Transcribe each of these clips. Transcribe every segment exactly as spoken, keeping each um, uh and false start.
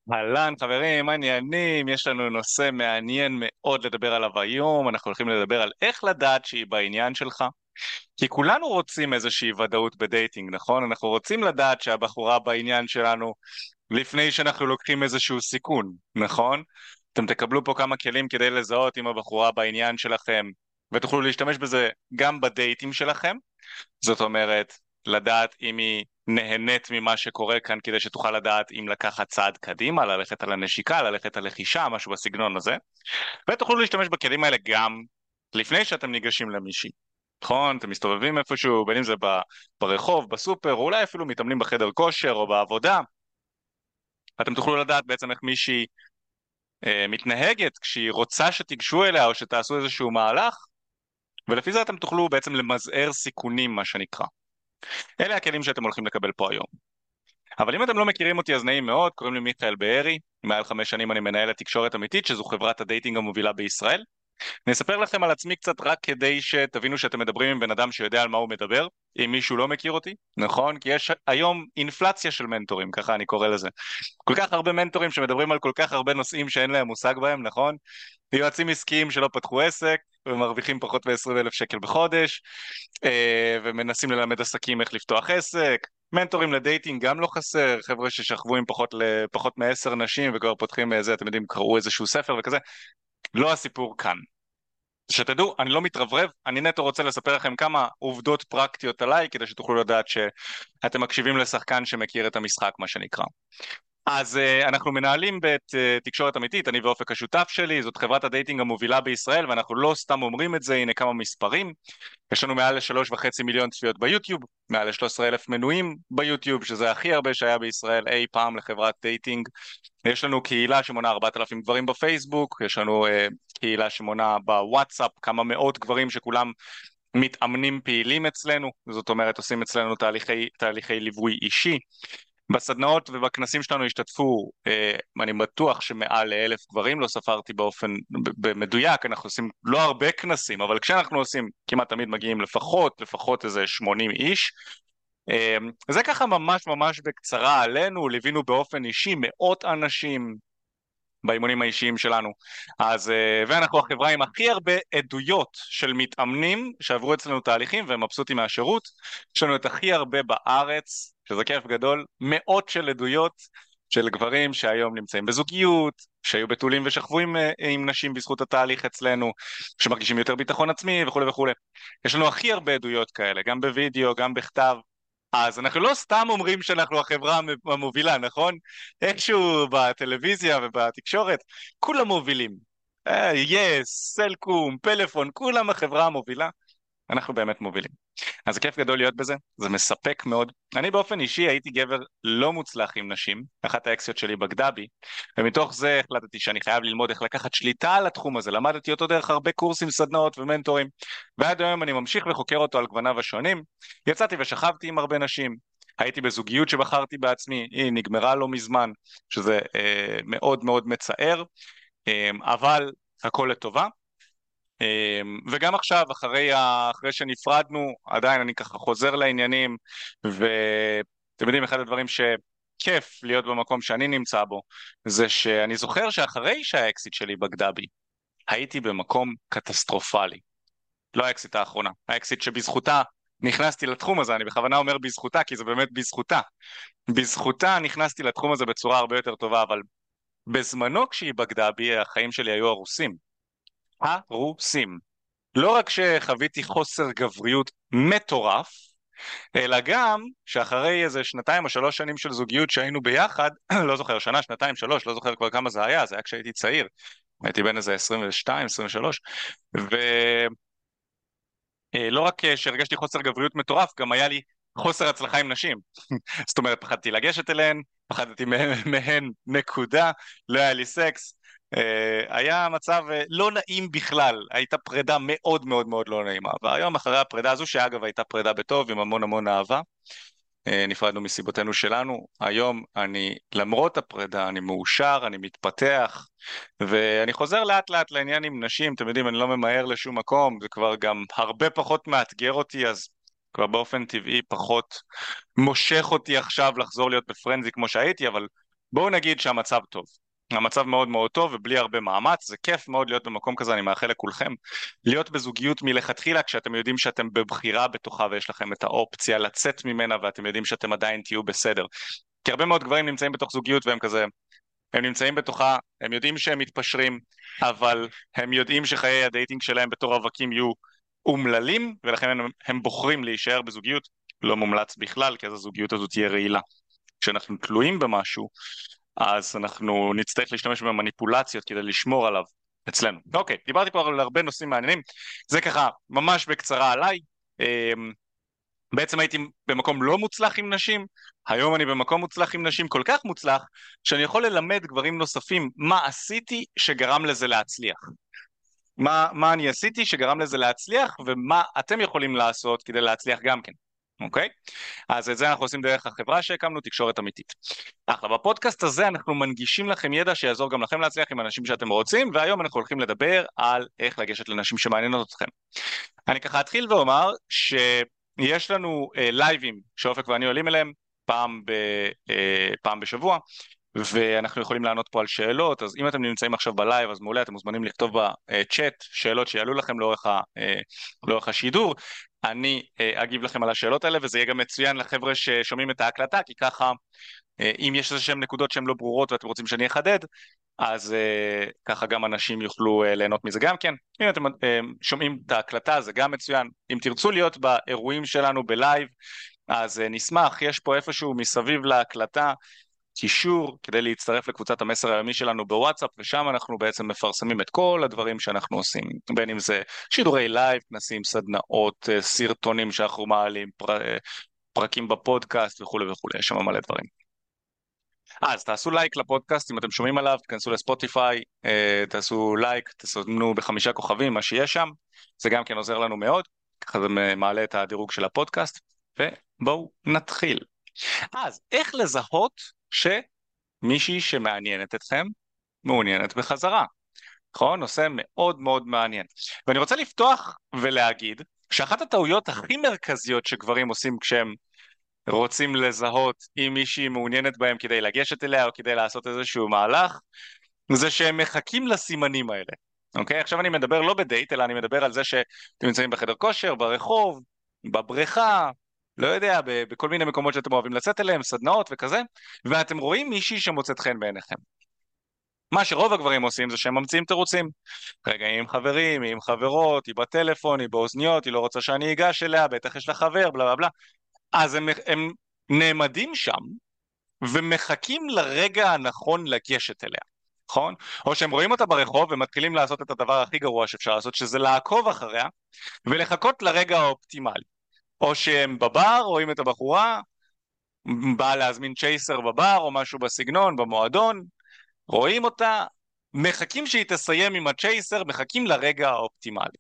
אהלן חברים, מה העניינים? יש לנו נושא מעניין מאוד לדבר עליו היום. אנחנו הולכים לדבר על איך לדעת שהיא בעניין שלך. כי כולנו רוצים איזושהי ודאות בדייטינג, נכון? אנחנו רוצים לדעת שהבחורה בעניין שלנו לפני שאנחנו לוקחים איזשהו סיכון, נכון? אתם תקבלו פה כמה כלים כדי לזהות אם הבחורה בעניין שלכם, ותוכלו להשתמש בזה גם בדייטים שלכם. זאת אומרת, לדעת אם היא נהנית ממה שקורה כאן כדי שתוכל לדעת אם לקחת צעד קדימה, ללכת על הנשיקה, ללכת על לחישה, משהו בסגנון הזה. ותוכלו להשתמש בכלים האלה גם לפני שאתם ניגשים למישהי. נכון? אתם מסתובבים איפשהו, בין אם זה ב- ברחוב, בסופר, או אולי אפילו מתאמנים בחדר כושר או בעבודה. אתם תוכלו לדעת בעצם איך מישהי אה, מתנהגת כשהיא רוצה שתיגשו אליה או שתעשו איזשהו מהלך, ולפי זה אתם תוכלו בעצם למזער סיכונים, מה שנקרא. אלה הכלים שאתם הולכים לקבל פה היום. אבל אם אתם לא מכירים אותי אז נעים מאוד, קוראים לי מיכאל בארי, מעל חמש שנים אני מנהל התקשורת אמיתית, שזו חברת הדייטינג המובילה בישראל. אני אספר לכם על עצמי קצת רק כדי שתבינו שאתם מדברים עם בן אדם שיודע על מה הוא מדבר, אם מישהו לא מכיר אותי, נכון? כי יש היום אינפלציה של מנטורים, ככה אני קורא לזה. כל כך הרבה מנטורים שמדברים על כל כך הרבה נושאים שאין להם מושג בהם, נכון? יועצים עסקיים שלא פתחו עסק ומרוויחים פחות מ-עשרים אלף שקל בחודש, אה, ומנסים ללמד עסקים איך לפתוח עסק. מנטורים לדייטינג גם לא חסר, חבר'ה ששכבו עם פחות, פחות מעשר נשים וכבר פותחים איזה, אתם יודעים, קראו איזשהו ספר וכזה. לא הסיפור כאן. שתדעו, אני לא מתרברב, אני נטו רוצה לספר לכם כמה עובדות פרקטיות עליי, כדי שתוכלו לדעת שאתם מקשיבים לשחקן שמכיר את המשחק, מה שנקרא. אז uh, אנחנו מנהלים את uh, תקשורת אמיתית, אני ואופק השותף שלי, זאת חברת הדייטינג המובילה בישראל, ואנחנו לא סתם אומרים את זה, הנה כמה מספרים. יש לנו מעל לשלוש וחצי מיליון צפיות ביוטיוב, מעל לשלוש עשרה אלף מנויים ביוטיוב, שזה הכי הרבה שהיה בישראל אי פעם לחברת דייטינג. יש לנו קהילה שמונה ארבעת אלפים גברים בפייסבוק, יש לנו uh, קהילה שמונה בוואטסאפ, כמה מאות גברים שכולם מתאמנים פעילים אצלנו, זאת אומרת עושים אצלנו תהליכי, תהליכי ליווי אישי. בסדנאות ובכנסים שלנו השתתפו, אה, אני בטוח שמעל לאלף גברים, לא ספרתי באופן במדויק, אנחנו עושים לא הרבה כנסים, אבל כשאנחנו עושים, כמעט תמיד מגיעים לפחות, לפחות איזה שמונים איש. אה, זה ככה ממש ממש בקצרה עלינו, ליווינו באופן אישי מאות אנשים באימונים האישיים שלנו. אז, אה, ואנחנו החברה עם הכי הרבה עדויות של מתאמנים שעברו אצלנו תהליכים והם מבסוטים מהשירות. יש לנו את הכי הרבה בארץ, שזה כיף גדול, מאות של עדויות של גברים שהיום נמצאים בזוגיות, שהיו בתולים ושכבו עם, אה, עם נשים בזכות התהליך אצלנו, שמרגישים יותר ביטחון עצמי וכו' וכו'. יש לנו הכי הרבה עדויות כאלה, גם בווידאו, גם בכתב. אז אנחנו לא סתם אומרים שאנחנו החברה המובילה, נכון? איכשהו בטלוויזיה ובתקשורת, כולם מובילים. יס, סלקום, פלאפון, כולם החברה המובילה. אנחנו באמת מובילים. אז זה כיף גדול להיות בזה, זה מספק מאוד. אני באופן אישי הייתי גבר לא מוצלח עם נשים, אחת האקסיות שלי בגדה בי, ומתוך זה החלטתי שאני חייב ללמוד איך לקחת שליטה על התחום הזה, למדתי אותו דרך הרבה קורסים, סדנאות ומנטורים, ועד היום אני ממשיך וחוקר אותו על גווניו השונים. יצאתי ושכבתי עם הרבה נשים, הייתי בזוגיות שבחרתי בעצמי, היא נגמרה לא מזמן, שזה אה, מאוד מאוד מצער, אה, אבל הכל לטובה. אמ, וגם עכשיו, אחרי, ה... אחרי שנפרדנו, עדיין אני ככה חוזר לעניינים, ואתם יודעים, אחד הדברים שכיף להיות במקום שאני נמצא בו, זה שאני זוכר שאחרי שהאקסיט שלי בגדה בי, הייתי במקום קטסטרופלי. לא האקסיט האחרונה, האקסיט שבזכותה נכנסתי לתחום הזה, אני בכוונה אומר בזכותה, כי זה באמת בזכותה. בזכותה נכנסתי לתחום הזה בצורה הרבה יותר טובה, אבל בזמנו כשהיא בגדה בי, החיים שלי היו הרוסים. הרוסים. לא רק שחוויתי חוסר גבריות מטורף, אלא גם שאחרי איזה שנתיים או שלוש שנים של זוגיות שהיינו ביחד, לא זוכר, שנה, שנתיים, שלוש, לא זוכר כבר כמה זה היה, זה היה כשהייתי צעיר, הייתי בן איזה עשרים ושתיים, עשרים ושלוש, ולא רק שהרגשתי חוסר גבריות מטורף, גם היה לי חוסר הצלחה עם נשים. זאת אומרת, פחדתי לגשת אליהן, פחדתי מהן, מהן נקודה, לא היה לי סקס, אה, היה מצב אה, לא נעים בכלל, הייתה פרידה מאוד מאוד מאוד לא נעימה, והיום אחרי הפרידה הזו, שאגב הייתה פרידה בטוב עם המון המון אהבה, אה, נפרדנו מסיבותינו שלנו, היום אני, למרות הפרידה, אני מאושר, אני מתפתח, ואני חוזר לאט לאט לעניין עם נשים, אתם יודעים, אני לא ממהר לשום מקום, זה כבר גם הרבה פחות מאתגר אותי, אז כבר באופן טבעי פחות מושך אותי עכשיו לחזור להיות בפרנזי כמו שהייתי, אבל בואו נגיד שהמצב טוב. המצב מאוד מאוד טוב ובלי הרבה מאמץ, זה כיף מאוד להיות במקום כזה, אני מאחל לכולכם. להיות בזוגיות מלכתחילה כשאתם יודעים שאתם בבחירה בתוכה ויש לכם את האופציה לצאת ממנה ואתם יודעים שאתם עדיין תהיו בסדר. כי הרבה מאוד גברים נמצאים בתוך זוגיות והם כזה, הם נמצאים בתוכה, הם יודעים שהם מתפשרים, אבל הם יודעים שחיי הדייטינג שלהם בתור רווקים יהיו אומללים, ולכן הם, הם בוחרים להישאר בזוגיות, לא מומלץ בכלל, כי אז הזוגיות הזאת תהיה רעילה. כשאנחנו תלויים במשהו, אז אנחנו נצטרך להשתמש במניפולציות כדי לשמור עליו אצלנו. אוקיי, דיברתי פה על הרבה נושאים מעניינים, זה ככה ממש בקצרה עליי. אמ, בעצם הייתי במקום לא מוצלח עם נשים, היום אני במקום מוצלח עם נשים, כל כך מוצלח, שאני יכול ללמד גברים נוספים מה עשיתי שגרם לזה להצליח. מה, מה אני עשיתי שגרם לזה להצליח, ומה אתם יכולים לעשות כדי להצליח גם כן. אוקיי? אז את זה אנחנו עושים דרך החברה שהקמנו, תקשורת אמיתית. אחלה, בפודקאסט הזה אנחנו מנגישים לכם ידע שיעזור גם לכם להצליח עם אנשים שאתם רוצים, והיום אנחנו הולכים לדבר על איך לגשת לנשים שמעניינות אתכם. אני ככה אתחיל ואומר שיש לנו אה, לייבים שאופק ואני עולים אליהם פעם, ב, אה, פעם בשבוע, ואנחנו יכולים לענות פה על שאלות, אז אם אתם נמצאים עכשיו בלייב אז מעולה, אתם מוזמנים לכתוב בצ'אט שאלות שיעלו לכם לאורך, ה, אה, לאורך השידור, אני אה, אגיב לכם על השאלות האלה, וזה יהיה גם מצוין לחבר'ה ששומעים את ההקלטה, כי ככה אה, אם יש איזה שהם נקודות שהן לא ברורות ואתם רוצים שאני אחדד, אז uh, ככה גם אנשים יוכלו uh, ליהנות מזה גם כן. אם אתם uh, שומעים את ההקלטה זה גם מצוין. אם תרצו להיות באירועים שלנו בלייב, אז uh, נשמח, יש פה איפשהו מסביב להקלטה קישור כדי להצטרף לקבוצת המסר היומי שלנו בוואטסאפ, ושם אנחנו בעצם מפרסמים את כל הדברים שאנחנו עושים, בין אם זה שידורי לייב, כנסים, סדנאות, uh, סרטונים שאנחנו מעלים, פר, uh, פרקים בפודקאסט וכו' וכו', יש שם מלא דברים. אז תעשו לייק לפודקאסט, אם אתם שומעים עליו, תכנסו לספוטיפיי, תעשו לייק, תסמנו בחמישה כוכבים, מה שיש שם, זה גם כן עוזר לנו מאוד, ככה זה מעלה את הדירוג של הפודקאסט, ובואו נתחיל. אז איך לזהות שמישהי שמעניינת אתכם, מעוניינת בחזרה? נכון? נושא מאוד מאוד מעניין. ואני רוצה לפתוח ולהגיד, שאחת הטעויות הכי מרכזיות שגברים עושים כשהם רוצים לזהות אם מישהי מעוניינת בהם כדי לגשת אליה או כדי לעשות איזשהו מהלך, זה שהם מחכים לסימנים האלה. אוקיי? עכשיו אני מדבר לא בדייט, אלא אני מדבר על זה שאתם נמצאים בחדר כושר, ברחוב, בבריכה, לא יודע, בכל מיני מקומות שאתם אוהבים לצאת אליהם, סדנאות וכזה, ואתם רואים מישהי שמוצאת חן בעיניכם. מה שרוב הגברים עושים זה שהם ממציאים תירוצים. רגע, היא עם חברים, היא עם חברות, היא בטלפון, היא באוזניות, היא לא רוצה שאני אגש אליה, בטח יש לה חבר, בלה בלה בלה. אז הם, הם נעמדים שם ומחכים לרגע הנכון לגשת אליה, נכון? או שהם רואים אותה ברחוב ומתחילים לעשות את הדבר הכי גרוע שאפשר לעשות, שזה לעקוב אחריה ולחכות לרגע האופטימלי. או שהם בבר, רואים את הבחורה, באה להזמין צ'ייסר בבר או משהו בסגנון, במועדון, רואים אותה, מחכים שהיא תסיים עם הצ'ייסר, מחכים לרגע האופטימלי.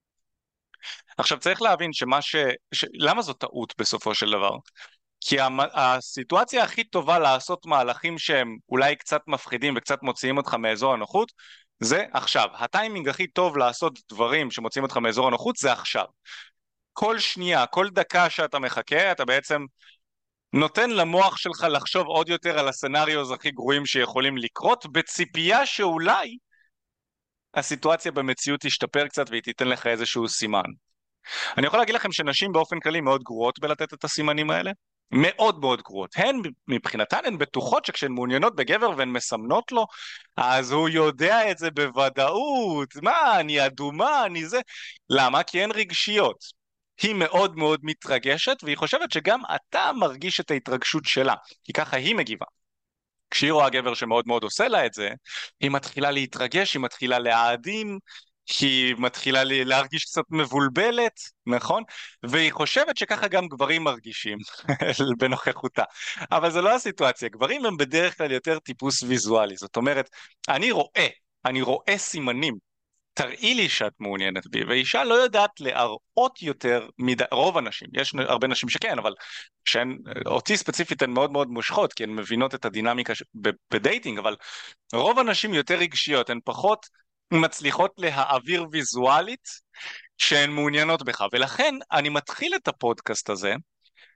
עכשיו צריך להבין שמה ש... ש... למה זו טעות בסופו של דבר? כי הסיטואציה הכי טובה לעשות מהלכים שהם אולי קצת מפחידים וקצת מוציאים אותך מאזור הנוחות, זה עכשיו. הטיימינג הכי טוב לעשות דברים שמוציאים אותך מאזור הנוחות זה עכשיו. כל שנייה, כל דקה שאתה מחכה, אתה בעצם נותן למוח שלך לחשוב עוד יותר על הסצנריוז הכי גרועים שיכולים לקרות, בציפייה שאולי הסיטואציה במציאות תשתפר קצת והיא תיתן לך איזשהו סימן. אני יכול להגיד לכם שנשים באופן כללי מאוד גרועות בלתת את הסימנים האלה, מאוד מאוד גרועות. הן מבחינתן הן בטוחות שכשהן מעוניינות בגבר והן מסמנות לו, אז הוא יודע את זה בוודאות. מה, אני אדומה, אני זה. למה? כי הן רגשיות. היא מאוד מאוד מתרגשת, והיא חושבת שגם אתה מרגיש את ההתרגשות שלה, כי ככה היא מגיבה. כשהיא רואה גבר שמאוד מאוד עושה לה את זה, היא מתחילה להתרגש, היא מתחילה להאדים, היא מתחילה להרגיש קצת מבולבלת, נכון? והיא חושבת שככה גם גברים מרגישים בנוכחותה. אבל זו לא הסיטואציה, גברים הם בדרך כלל יותר טיפוס ויזואלי, זאת אומרת, אני רואה, אני רואה סימנים, תראי לי שאת מעוניינת בי, ואישה לא יודעת להראות יותר מדי, רוב הנשים, יש הרבה נשים שכן, אבל שהן, אותי ספציפית הן מאוד מאוד מושכות, כי הן מבינות את הדינמיקה בדייטינג, אבל רוב הנשים יותר רגשיות, הן פחות מצליחות להעביר ויזואלית שהן מעוניינות בך, ולכן אני מתחיל את הפודקאסט הזה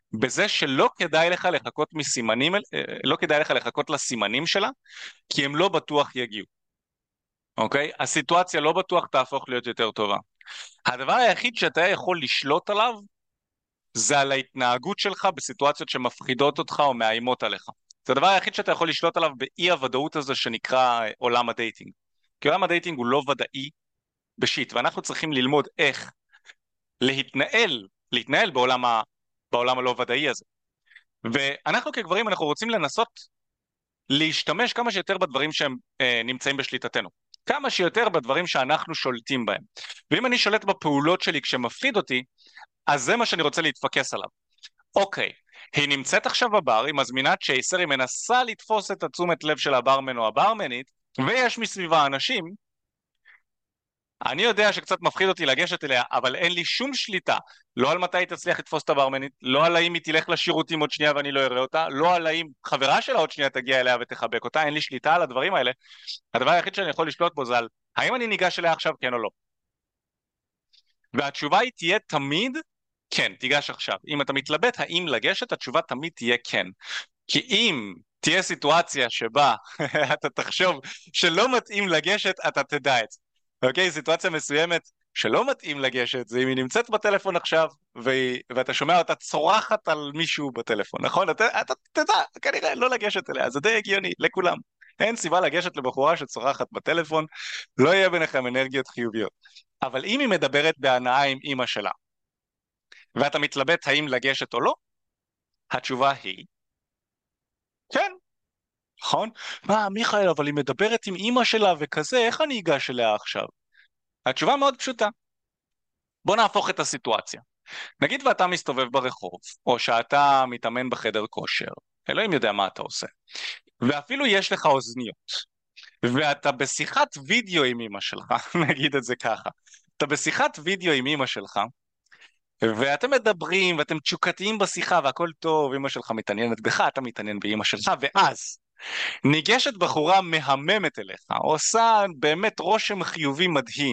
בזה שלא כדאי לך לחכות מסימנים, אה, לא כדאי לך לחכות לסימנים שלה, כי הם לא בטוח יגיעו, אוקיי? הסיטואציה לא בטוח תהפוך להיות יותר טובה. הדבר היחיד שאתה יכול לשלוט עליו, זה על ההתנהגות שלך בסיטואציות שמפחידות אותך או מאיימות עליך. זה הדבר היחיד שאתה יכול לשלוט עליו באי הוודאות הזה שנקרא אה, עולם הדייטינג. כי עולם הדייטינג הוא לא ודאי בשיט, ואנחנו צריכים ללמוד איך להתנהל, להתנהל בעולם, ה, בעולם הלא ודאי הזה. ואנחנו כגברים, אנחנו רוצים לנסות להשתמש כמה שיותר בדברים שהם אה, נמצאים בשליטתנו. כמה שיותר בדברים שאנחנו שולטים בהם. ואם אני שולט בפעולות שלי כשמפחיד אותי, אז זה מה שאני רוצה להתפקס עליו. אוקיי, היא נמצאת עכשיו בבר, היא מזמינה צ'ייסר, היא מנסה לתפוס את התשומת לב של הברמן או הברמנית, ויש מסביבה אנשים, אני יודע שקצת מפחיד אותי לגשת אליה, אבל אין לי שום שליטה, לא על מתי היא תצליח לתפוס את הברמנית, לא על האם היא תלך לשירותים עוד שנייה ואני לא אראה אותה, לא על האם חברה שלה עוד שנייה תגיע אליה ותחבק אותה, אין לי שליטה על הדברים האלה. הדבר היחיד שאני יכול לשלוט בו זה על האם אני ניגש אליה עכשיו כן או לא. והתשובה היא תהיה תמיד כן, תיגש עכשיו. אם אתה מתלבט האם לגשת, התשובה תמיד תהיה כן. כי אם תהיה סיטואציה שבה אתה תחשוב שלא מתאים לגשת, אתה תדע את זה. אוקיי? סיטואציה מסוימת שלא מתאים לגשת, זה אם היא נמצאת בטלפון עכשיו, והיא, ואתה שומע אותה צורחת על מישהו בטלפון, נכון? אתה, אתה תדע, כנראה לא לגשת אליה, זה די הגיוני, לכולם. אין סיבה לגשת לבחורה שצורחת בטלפון, לא יהיה ביניכם אנרגיות חיוביות. אבל אם היא מדברת בהנאה עם אמא שלה, ואתה מתלבט האם לגשת או לא, התשובה היא כן, נכון? מה, מיכאל, אבל היא מדברת עם אמא שלה וכזה, איך אני אגש אליה עכשיו? התשובה מאוד פשוטה. בוא נהפוך את הסיטואציה. נגיד ואתה מסתובב ברחוב, או שאתה מתאמן בחדר כושר, אלוהים יודע מה אתה עושה, ואפילו יש לך אוזניות, ואתה בשיחת וידאו עם אמא שלך, נגיד את זה ככה, אתה בשיחת וידאו עם אמא שלך, ואתם מדברים, ואתם תשוקתיים בשיחה, והכל טוב, אמא שלך מתעניינת בך, אתה מתעניין באמא שלך, ואז ניגשת בחורה מהממת אליך, עושה באמת רושם חיובי מדהים,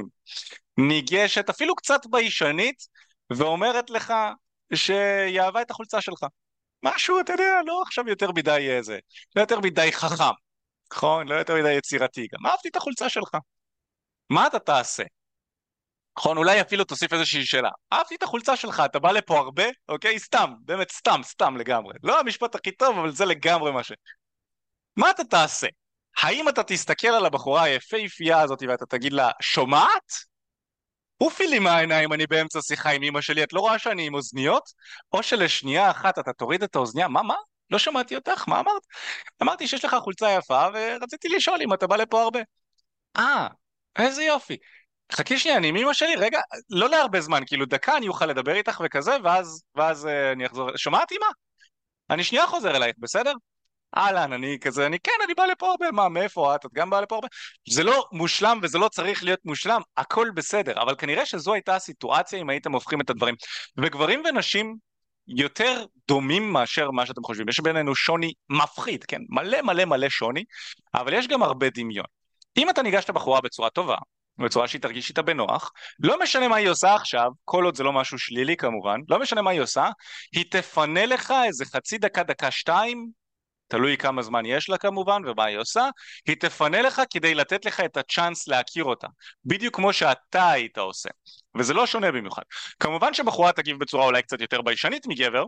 ניגשת אפילו קצת ביישנית, ואומרת לך שהיא אהבה את החולצה שלך. משהו, אתה יודע, לא עכשיו יותר מדי איזה, לא יותר מדי חכם, נכון? לא יותר מדי יצירתי, גם אהבתי את החולצה שלך. מה אתה תעשה? נכון, אולי אפילו תוסיף איזושהי שאלה. אהבתי את החולצה שלך, אתה בא לפה הרבה? אוקיי, סתם, באמת סתם, סתם לגמרי. לא המשפט הכי טוב, אבל זה לגמרי מה ש... מה אתה תעשה? האם אתה תסתכל על הבחורה היפהפייה הזאת ואתה תגיד לה, שומעת? עופי לי מהעיניים, אני באמצע שיחה עם אמא שלי, את לא רואה שאני עם אוזניות? או שלשנייה אחת אתה תוריד את האוזניה, מה, מה? לא שמעתי אותך, מה אמרת? אמרתי שיש לך חולצה יפה ורציתי לשאול אם אתה בא לפה הרבה. אה, איזה יופי. חכי שנייה, אני עם אמא שלי, רגע, לא להרבה זמן, כאילו דקה אני אוכל לדבר איתך וכזה, ואז, ואז אה, אני אחזור, שומעת אמא? אני שנייה חוזר אלייך, בסדר? אהלן, אני כזה, אני כן, אני בא לפה הרבה, מה, מאיפה את? את גם באה לפה הרבה? זה לא מושלם וזה לא צריך להיות מושלם, הכל בסדר, אבל כנראה שזו הייתה הסיטואציה אם הייתם הופכים את הדברים. וגברים ונשים יותר דומים מאשר מה שאתם חושבים, יש בינינו שוני מפחיד, כן, מלא מלא מלא שוני, אבל יש גם הרבה דמיון. אם אתה ניגש לבחורה בצורה טובה, בצורה שהיא תרגיש איתה בנוח, לא משנה מה היא עושה עכשיו, כל עוד זה לא משהו שלילי כמובן, לא משנה מה היא עושה, היא תפנה לך איזה חצי דקה, דקה, שתיים, תלוי כמה זמן יש לה כמובן ומה היא עושה, היא תפנה לך כדי לתת לך את הצ'אנס להכיר אותה, בדיוק כמו שאתה היית עושה, וזה לא שונה במיוחד. כמובן שבחורה תגיב בצורה אולי קצת יותר ביישנית מגבר,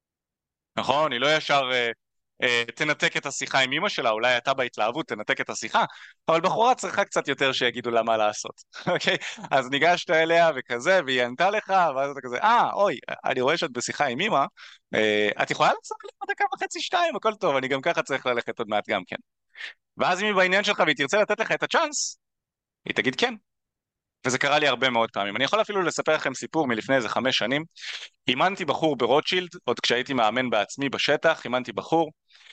נכון? היא לא ישר אה, אה, תנתק את השיחה עם אמא שלה, אולי אתה בהתלהבות תנתק את השיחה, אבל בחורה צריכה קצת יותר שיגידו לה מה לעשות, אוקיי? אז ניגשת אליה וכזה, והיא ענתה לך, ואז אתה כזה, אה, אוי, אני רואה שאת בשיחה עם אמא, אה, את יכולה לעשות לי עוד דקה וחצי שתיים, הכל טוב, אני גם ככה צריך ללכת עוד מעט גם כן. ואז אם היא בעניין שלך והיא תרצה לתת לך את הצ'אנס, היא תגיד כן. וזה קרה לי הרבה מאוד פעמים. אני יכול אפילו לספר לכם סיפור מלפני איזה חמש שנים. אימנתי בחור ברוטשילד, עוד כשהייתי מאמן בעצמי בשטח, אימנתי בחור,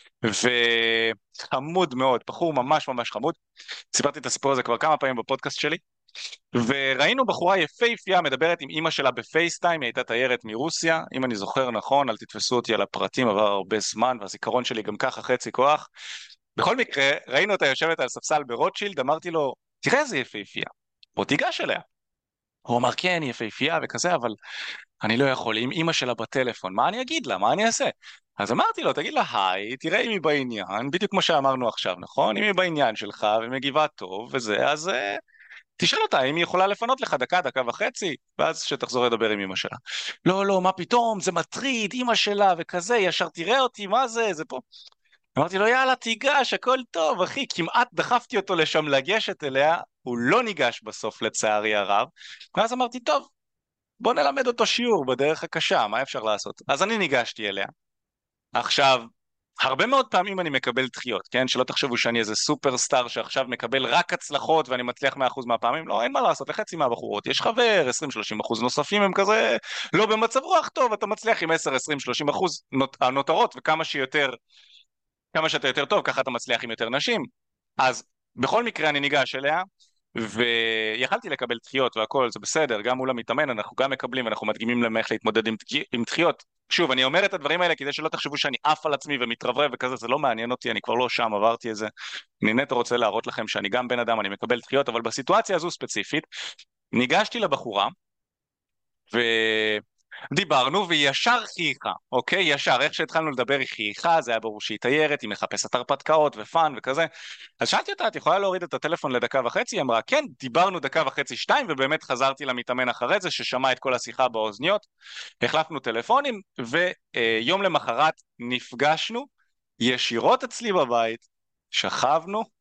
וחמוד מאוד, בחור ממש ממש חמוד. סיפרתי את הסיפור הזה כבר כמה פעמים בפודקאסט שלי, וראינו בחורה יפהפייה מדברת עם אמא שלה בפייסטיים, היא הייתה תיירת מרוסיה, אם אני זוכר נכון, אל תתפסו אותי על הפרטים, עבר הרבה זמן, והזיכרון שלי גם ככה חצי כוח. בכל מקרה, ראינו אותה יושבת על ספסל ברוטשילד, אמרתי לו, תראה איזה יפהפייה, בוא תיגש אליה. הוא אמר, כן, היא יפהפייה וכזה, אבל אני לא יכול, עם אמא שלה בטלפון, מה אני אגיד לה? מה אני אעשה? אז אמרתי לו, תגיד לה היי, תראה אם היא בעניין, בדיוק כמו שאמרנו עכשיו, נכון? אם היא בעניין שלך ומגיבה טוב וזה, אז uh, תשאל אותה אם היא יכולה לפנות לך דקה, דקה וחצי, ואז שתחזור לדבר עם אמא שלה. לא, לא, מה פתאום, זה מטריד, אמא שלה וכזה, ישר תראה אותי, מה זה, זה פה. אמרתי לו, יאללה, תיגש, הכל טוב, אחי, כמעט דחפתי אותו לשם לגשת אליה, הוא לא ניגש בסוף לצערי הרב, ואז אמרתי, טוב, בוא נלמד אותו שיעור בדרך הקשה, מה אפשר לעשות? אז אני ניגשתי אליה. עכשיו, הרבה מאוד פעמים אני מקבל דחיות, כן? שלא תחשבו שאני איזה סופרסטאר שעכשיו מקבל רק הצלחות ואני מצליח מאה אחוז מהפעמים, לא, אין מה לעשות, לחצי מהבחורות. יש חבר, עשרים שלושים אחוז נוספים הם כזה לא במצב רוח טוב, אתה מצליח עם עשר עשרים שלושים אחוז הנותרות, וכמה שיותר, כמה שאתה יותר טוב, ככה אתה מצליח עם יותר נשים. אז בכל מקרה אני ניגש אליה, ויכלתי לקבל דחיות והכל, זה בסדר, גם מול המתאמן אנחנו גם מקבלים, אנחנו מדגימים להם איך להתמודד עם, עם דחיות. שוב, אני אומר את הדברים האלה כדי שלא תחשבו שאני עף על עצמי ומתרברב וכזה, זה לא מעניין אותי, אני כבר לא שם, עברתי את זה. אני נטו רוצה להראות לכם שאני גם בן אדם, אני מקבל דחיות, אבל בסיטואציה הזו ספציפית, ניגשתי לבחורה, ו... דיברנו והיא ישר חייכה, אוקיי? ישר, איך שהתחלנו לדבר היא חייכה, זה היה ברור שהיא תיירת, היא מחפשת הרפתקאות ופאן וכזה. אז שאלתי אותה, את יכולה להוריד את הטלפון לדקה וחצי? היא אמרה, כן, דיברנו דקה וחצי שתיים, ובאמת חזרתי למתאמן אחרי זה, ששמע את כל השיחה באוזניות, החלפנו טלפונים, ויום למחרת נפגשנו ישירות אצלי בבית, שכבנו,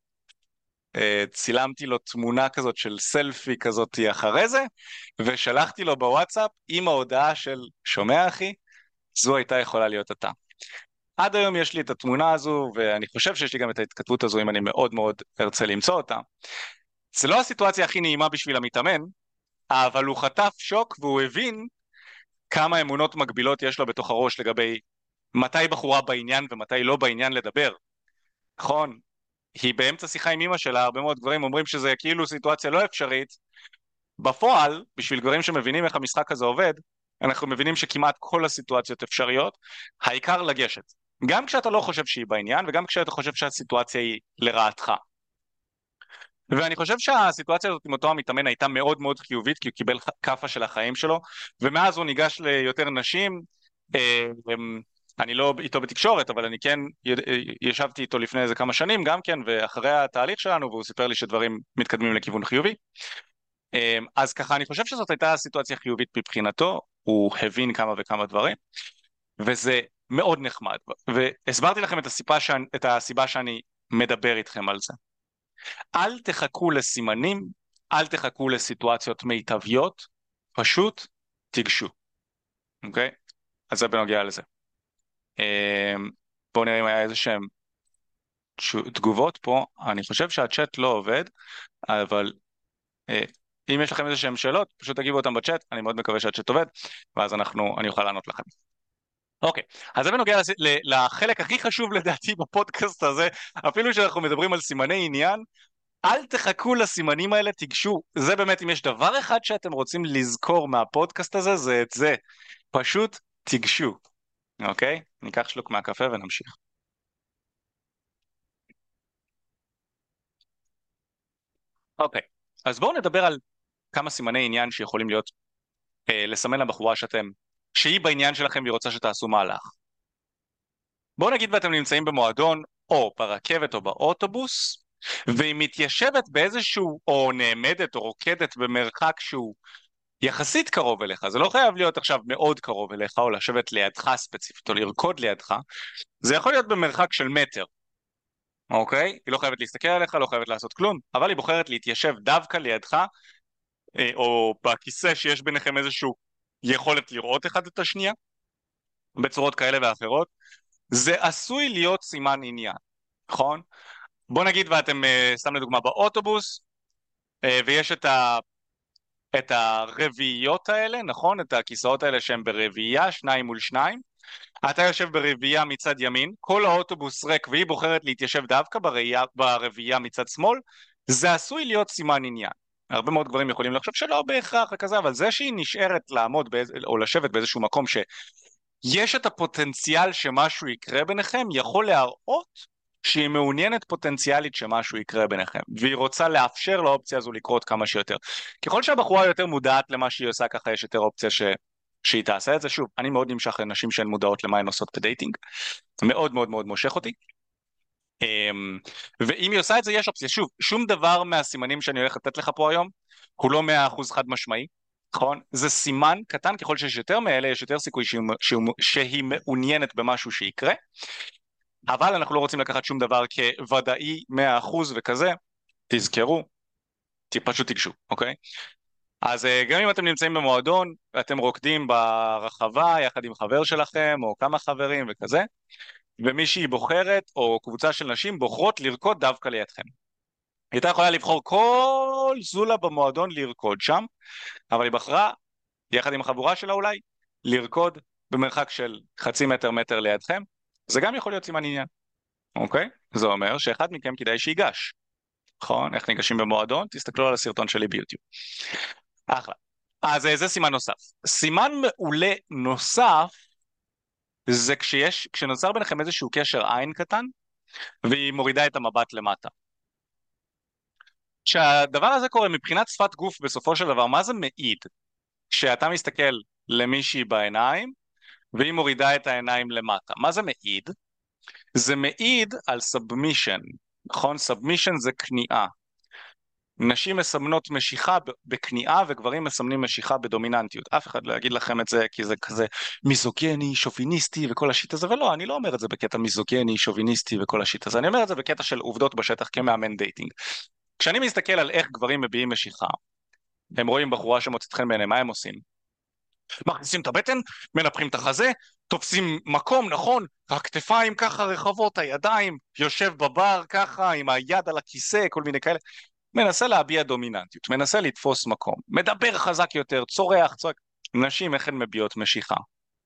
צילמתי לו תמונה כזאת של סלפי כזאת אחרי זה, ושלחתי לו בוואטסאפ עם ההודעה של שומע אחי, זו הייתה יכולה להיות אתה. עד היום יש לי את התמונה הזו, ואני חושב שיש לי גם את ההתכתבות הזו אם אני מאוד מאוד ארצה למצוא אותה. זה לא הסיטואציה הכי נעימה בשביל המתאמן, אבל הוא חטף שוק והוא הבין כמה אמונות מגבילות יש לו בתוך הראש לגבי מתי בחורה בעניין ומתי לא בעניין לדבר. נכון? היא באמצע שיחה עם אמא שלה, הרבה מאוד גברים אומרים שזה כאילו סיטואציה לא אפשרית, בפועל, בשביל גברים שמבינים איך המשחק הזה עובד, אנחנו מבינים שכמעט כל הסיטואציות אפשריות, העיקר לגשת. גם כשאתה לא חושב שהיא בעניין, וגם כשאתה חושב שהסיטואציה היא לרעתך. ואני חושב שהסיטואציה הזאת עם אותו המתאמן הייתה מאוד מאוד חיובית, כי הוא קיבל כאפה של החיים שלו, ומאז הוא ניגש ליותר נשים, אני לא איתו בתקשורת, אבל אני כן ישבתי איתו לפני איזה כמה שנים גם כן, ואחרי התהליך שלנו, והוא סיפר לי שדברים מתקדמים לכיוון חיובי. אז ככה, אני חושב שזאת הייתה סיטואציה חיובית מבחינתו, הוא הבין כמה וכמה דברים, וזה מאוד נחמד, והסברתי לכם את הסיבה שאני, את הסיבה שאני מדבר איתכם על זה. אל תחכו לסימנים, אל תחכו לסיטואציות מיטביות, פשוט תיגשו, אוקיי? אז זה בנוגע לזה. בואו נראה אם היה איזה שהם תגובות פה, אני חושב שהצ'אט לא עובד, אבל אם יש לכם איזה שהם שאלות, פשוט תגיבו אותם בצ'אט, אני מאוד מקווה שהצ'אט עובד, ואז אנחנו, אני אוכל לענות לכם. אוקיי, אז זה בנוגע לחלק הכי חשוב לדעתי בפודקאסט הזה, אפילו שאנחנו מדברים על סימני עניין, אל תחכו לסימנים האלה, תיגשו, זה באמת אם יש דבר אחד שאתם רוצים לזכור מהפודקאסט הזה, זה את זה, פשוט תיגשו, אוקיי? ניקח שלוק מהקפה ונמשיך. אוקיי, אז בואו נדבר על כמה סימני עניין שיכולים להיות, אה, לסמן לבחורה שאתם, שהיא בעניין שלכם והיא רוצה שתעשו מהלך. בואו נגיד ואתם נמצאים במועדון, או ברכבת או באוטובוס, והיא מתיישבת באיזשהו, או נעמדת או רוקדת במרחק שהוא יחסית קרוב אליך, זה לא חייב להיות עכשיו מאוד קרוב אליך, או לשבת לידך ספציפית, או לרקוד לידך, זה יכול להיות במרחק של מטר, אוקיי? היא לא חייבת להסתכל עליך, לא חייבת לעשות כלום, אבל היא בוחרת להתיישב דווקא לידך, או בכיסא שיש ביניכם איזשהו יכולת לראות אחד את השנייה, בצורות כאלה ואחרות, זה עשוי להיות סימן עניין, נכון? בוא נגיד ואתם, סתם לדוגמה, באוטובוס, ויש את ה... את הרביעיות האלה, נכון? את הכיסאות האלה שהם ברביעייה, שניים מול שניים. אתה יושב ברביעייה מצד ימין, כל האוטובוס ריק והיא בוחרת להתיישב דווקא ברביעייה מצד שמאל, זה עשוי להיות סימן עניין. הרבה מאוד גברים יכולים לחשוב שלא בהכרח וכזה, אבל זה שהיא נשארת לעמוד באיז... או לשבת באיזשהו מקום שיש את הפוטנציאל שמשהו יקרה ביניכם, יכול להראות שהיא מעוניינת פוטנציאלית שמשהו יקרה ביניכם, והיא רוצה לאפשר לאופציה הזו לקרות כמה שיותר. ככל שהבחורה יותר מודעת למה שהיא עושה, ככה יש יותר אופציה ש... שהיא תעשה את זה. שוב, אני מאוד נמשך לנשים שהן מודעות למה הן עושות בדייטינג, מאוד מאוד מאוד מושך אותי. אמ, ואם היא עושה את זה, יש אופציה. שוב, שום דבר מהסימנים שאני הולך לתת לך פה היום, הוא לא מאה אחוז חד משמעי, נכון? זה סימן קטן, ככל שיש יותר מאלה, יש יותר סיכוי שהיא, שהיא, שהיא מעוניינת במשהו שיקרה, אבל אנחנו לא רוצים לקחת שום דבר כוודאי מאה אחוז וכזה, תזכרו, פשוט תיגשו, אוקיי? אז גם אם אתם נמצאים במועדון, ואתם רוקדים ברחבה יחד עם חבר שלכם, או כמה חברים וכזה, ומישהי בוחרת, או קבוצה של נשים בוחרות לרקוד דווקא לידכם. היא הייתה יכולה לבחור כל זולה במועדון לרקוד שם, אבל היא בחרה, יחד עם החבורה שלה אולי, לרקוד במרחק של חצי מטר מטר לידכם. זה גם יכול להיות סימן עניין, אוקיי? זה אומר שאחד מכם כדאי שיגש. נכון? איך ניגשים במועדון? תסתכלו על הסרטון שלי ביוטיוב. אחלה. אז זה סימן נוסף. סימן מעולה נוסף, זה כשיש, כשנוצר ביניכם איזשהו קשר עין קטן, והיא מורידה את המבט למטה. כשהדבר הזה קורה מבחינת שפת גוף בסופו של דבר, מה זה מעיד? כשאתה מסתכל למישהי בעיניים, והיא מורידה את העיניים למטה. מה זה מעיד? זה מעיד על סאבמישן, נכון? סאבמישן זה כניעה. נשים מסמנות משיכה בכניעה, וגברים מסמנים משיכה בדומיננטיות. אף אחד לא יגיד לכם את זה, כי זה כזה מיזוגני, שוביניסטי וכל השיט הזה, ולא, אני לא אומר את זה בקטע מיזוגני, שוביניסטי וכל השיט הזה, אני אומר את זה בקטע של עובדות בשטח כמאמן דייטינג. כשאני מסתכל על איך גברים מביעים משיכה, הם רואים בחורה שמוצאת חן בעיניהם, מה הם עושים? מכניסים את הבטן, מנפחים את החזה, תופסים מקום, נכון, הכתפיים ככה רחבות, הידיים, יושב בבר ככה, עם היד על הכיסא, כל מיני כאלה. מנסה להביע דומיננטיות, מנסה לתפוס מקום, מדבר חזק יותר, צורח, צועק. נשים, איך הן מביעות משיכה?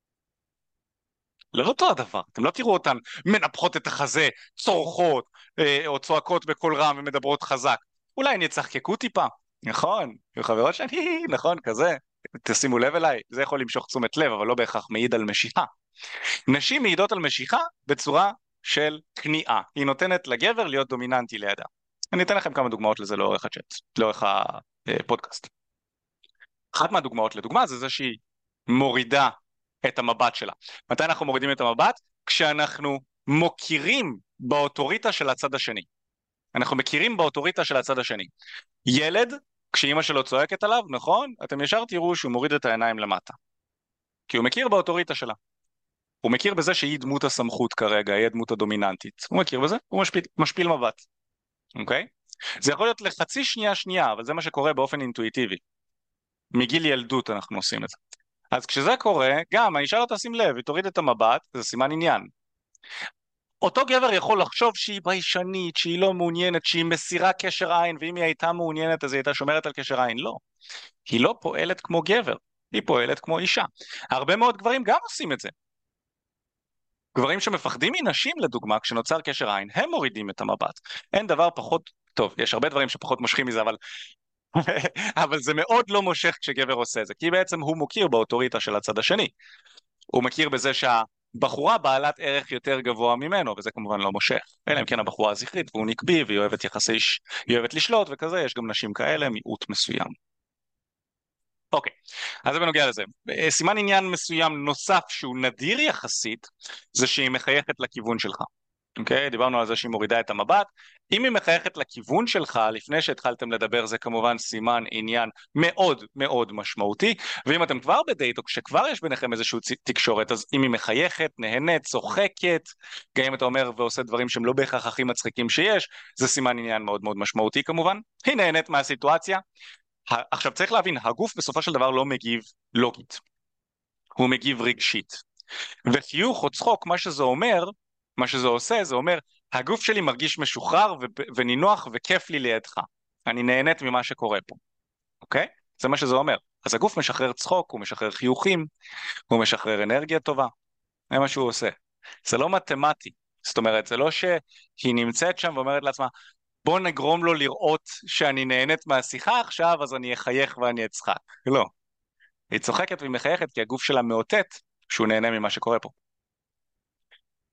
לא אותו הדבר, אתם לא תראו אותן מנפחות את החזה, צורחות, אה, או צועקות בקול רם ומדברות חזק. אולי הן יצחקקו טיפה, נכון? חברות שאני, נכון, כזה. תשימו לב אליי, זה יכול למשוך תשומת לב, אבל לא בהכרח מעיד על משיכה. נשים מעידות על משיכה בצורה של כניעה. היא נותנת לגבר להיות דומיננטי לידה. אני אתן לכם כמה דוגמאות לזה לאורך הצ'אט, לאורך הפודקאסט. אחת מהדוגמאות לדוגמה זה זה שהיא מורידה את המבט שלה. מתי אנחנו מורידים את המבט? כשאנחנו מוכירים באוטוריטה של הצד השני. אנחנו מכירים באוטוריטה של הצד השני. ילד, כשאימא שלו צועקת עליו, נכון? אתם ישר תראו שהוא מוריד את העיניים למטה. כי הוא מכיר באוטוריטה שלה. הוא מכיר בזה שהיא דמות הסמכות כרגע, היא הדמות הדומיננטית. הוא מכיר בזה, הוא משפיל, משפיל מבט. אוקיי? זה יכול להיות לחצי שנייה שנייה, אבל זה מה שקורה באופן אינטואיטיבי. מגיל ילדות אנחנו עושים את זה. אז כשזה קורה, גם האישה לא תשים לב, היא תוריד את המבט, זה סימן עניין. אותו גבר יכול לחשוב שהיא ביישנית, שהיא לא מעוניינת, שהיא מסירה קשר עין, ואם היא הייתה מעוניינת אז היא הייתה שומרת על קשר עין. לא. היא לא פועלת כמו גבר, היא פועלת כמו אישה. הרבה מאוד גברים גם עושים את זה. גברים שמפחדים מנשים, לדוגמה, כשנוצר קשר עין, הם מורידים את המבט. אין דבר פחות, טוב, יש הרבה דברים שפחות מושכים מזה, אבל אבל זה מאוד לא מושך כשגבר עושה זה, כי בעצם הוא מוכיר באוטוריטה של הצד השני. הוא מכיר בזה שהבחורה בעלת ערך יותר גבוה ממנו, וזה כמובן לא מושך. אלא אם כן הבחורה זכרית, והוא נקבי, והיא אוהבת יחסי, היא אוהבת לשלוט וכזה, יש גם נשים כאלה, מיעוט מסוים. אוקיי, אז זה בנוגע לזה. סימן עניין מסוים נוסף שהוא נדיר יחסית, זה שהיא מחייכת לכיוון שלך. אוקיי, דיברנו על זה שהיא מורידה את המבט. אם היא מחייכת לכיוון שלך, לפני שהתחלתם לדבר, זה כמובן סימן עניין מאוד מאוד משמעותי, ואם אתם כבר בדייט, או כשכבר יש ביניכם איזושהי תקשורת, אז אם היא מחייכת, נהנית, צוחקת, גם אם אתה אומר ועושה דברים שהם לא בהכרח הכי מצחיקים שיש, זה סימן עניין מאוד מאוד משמעותי כמובן. היא נהנית מהסיטואציה. עכשיו צריך להבין, הגוף בסופו של דבר לא מגיב לוגית, הוא מגיב רגשית. וחיוך או צחוק, מה שזה אומר, מה שזה עושה, זה אומר, הגוף שלי מרגיש משוחרר ו- ונינוח וכיף לי לידך. אני נהנית ממה שקורה פה. אוקיי? זה מה שזה אומר. אז הגוף משחרר צחוק, הוא משחרר חיוכים, הוא משחרר אנרגיה טובה. זה מה שהוא עושה. זה לא מתמטי. זאת אומרת, זה לא שהיא נמצאת שם ואומרת לעצמה, בוא נגרום לו לראות שאני נהנית מהשיחה עכשיו, אז אני אחייך ואני אצחק. לא. היא צוחקת והיא מחייכת כי הגוף שלה מאותת שהוא נהנה ממה שקורה פה.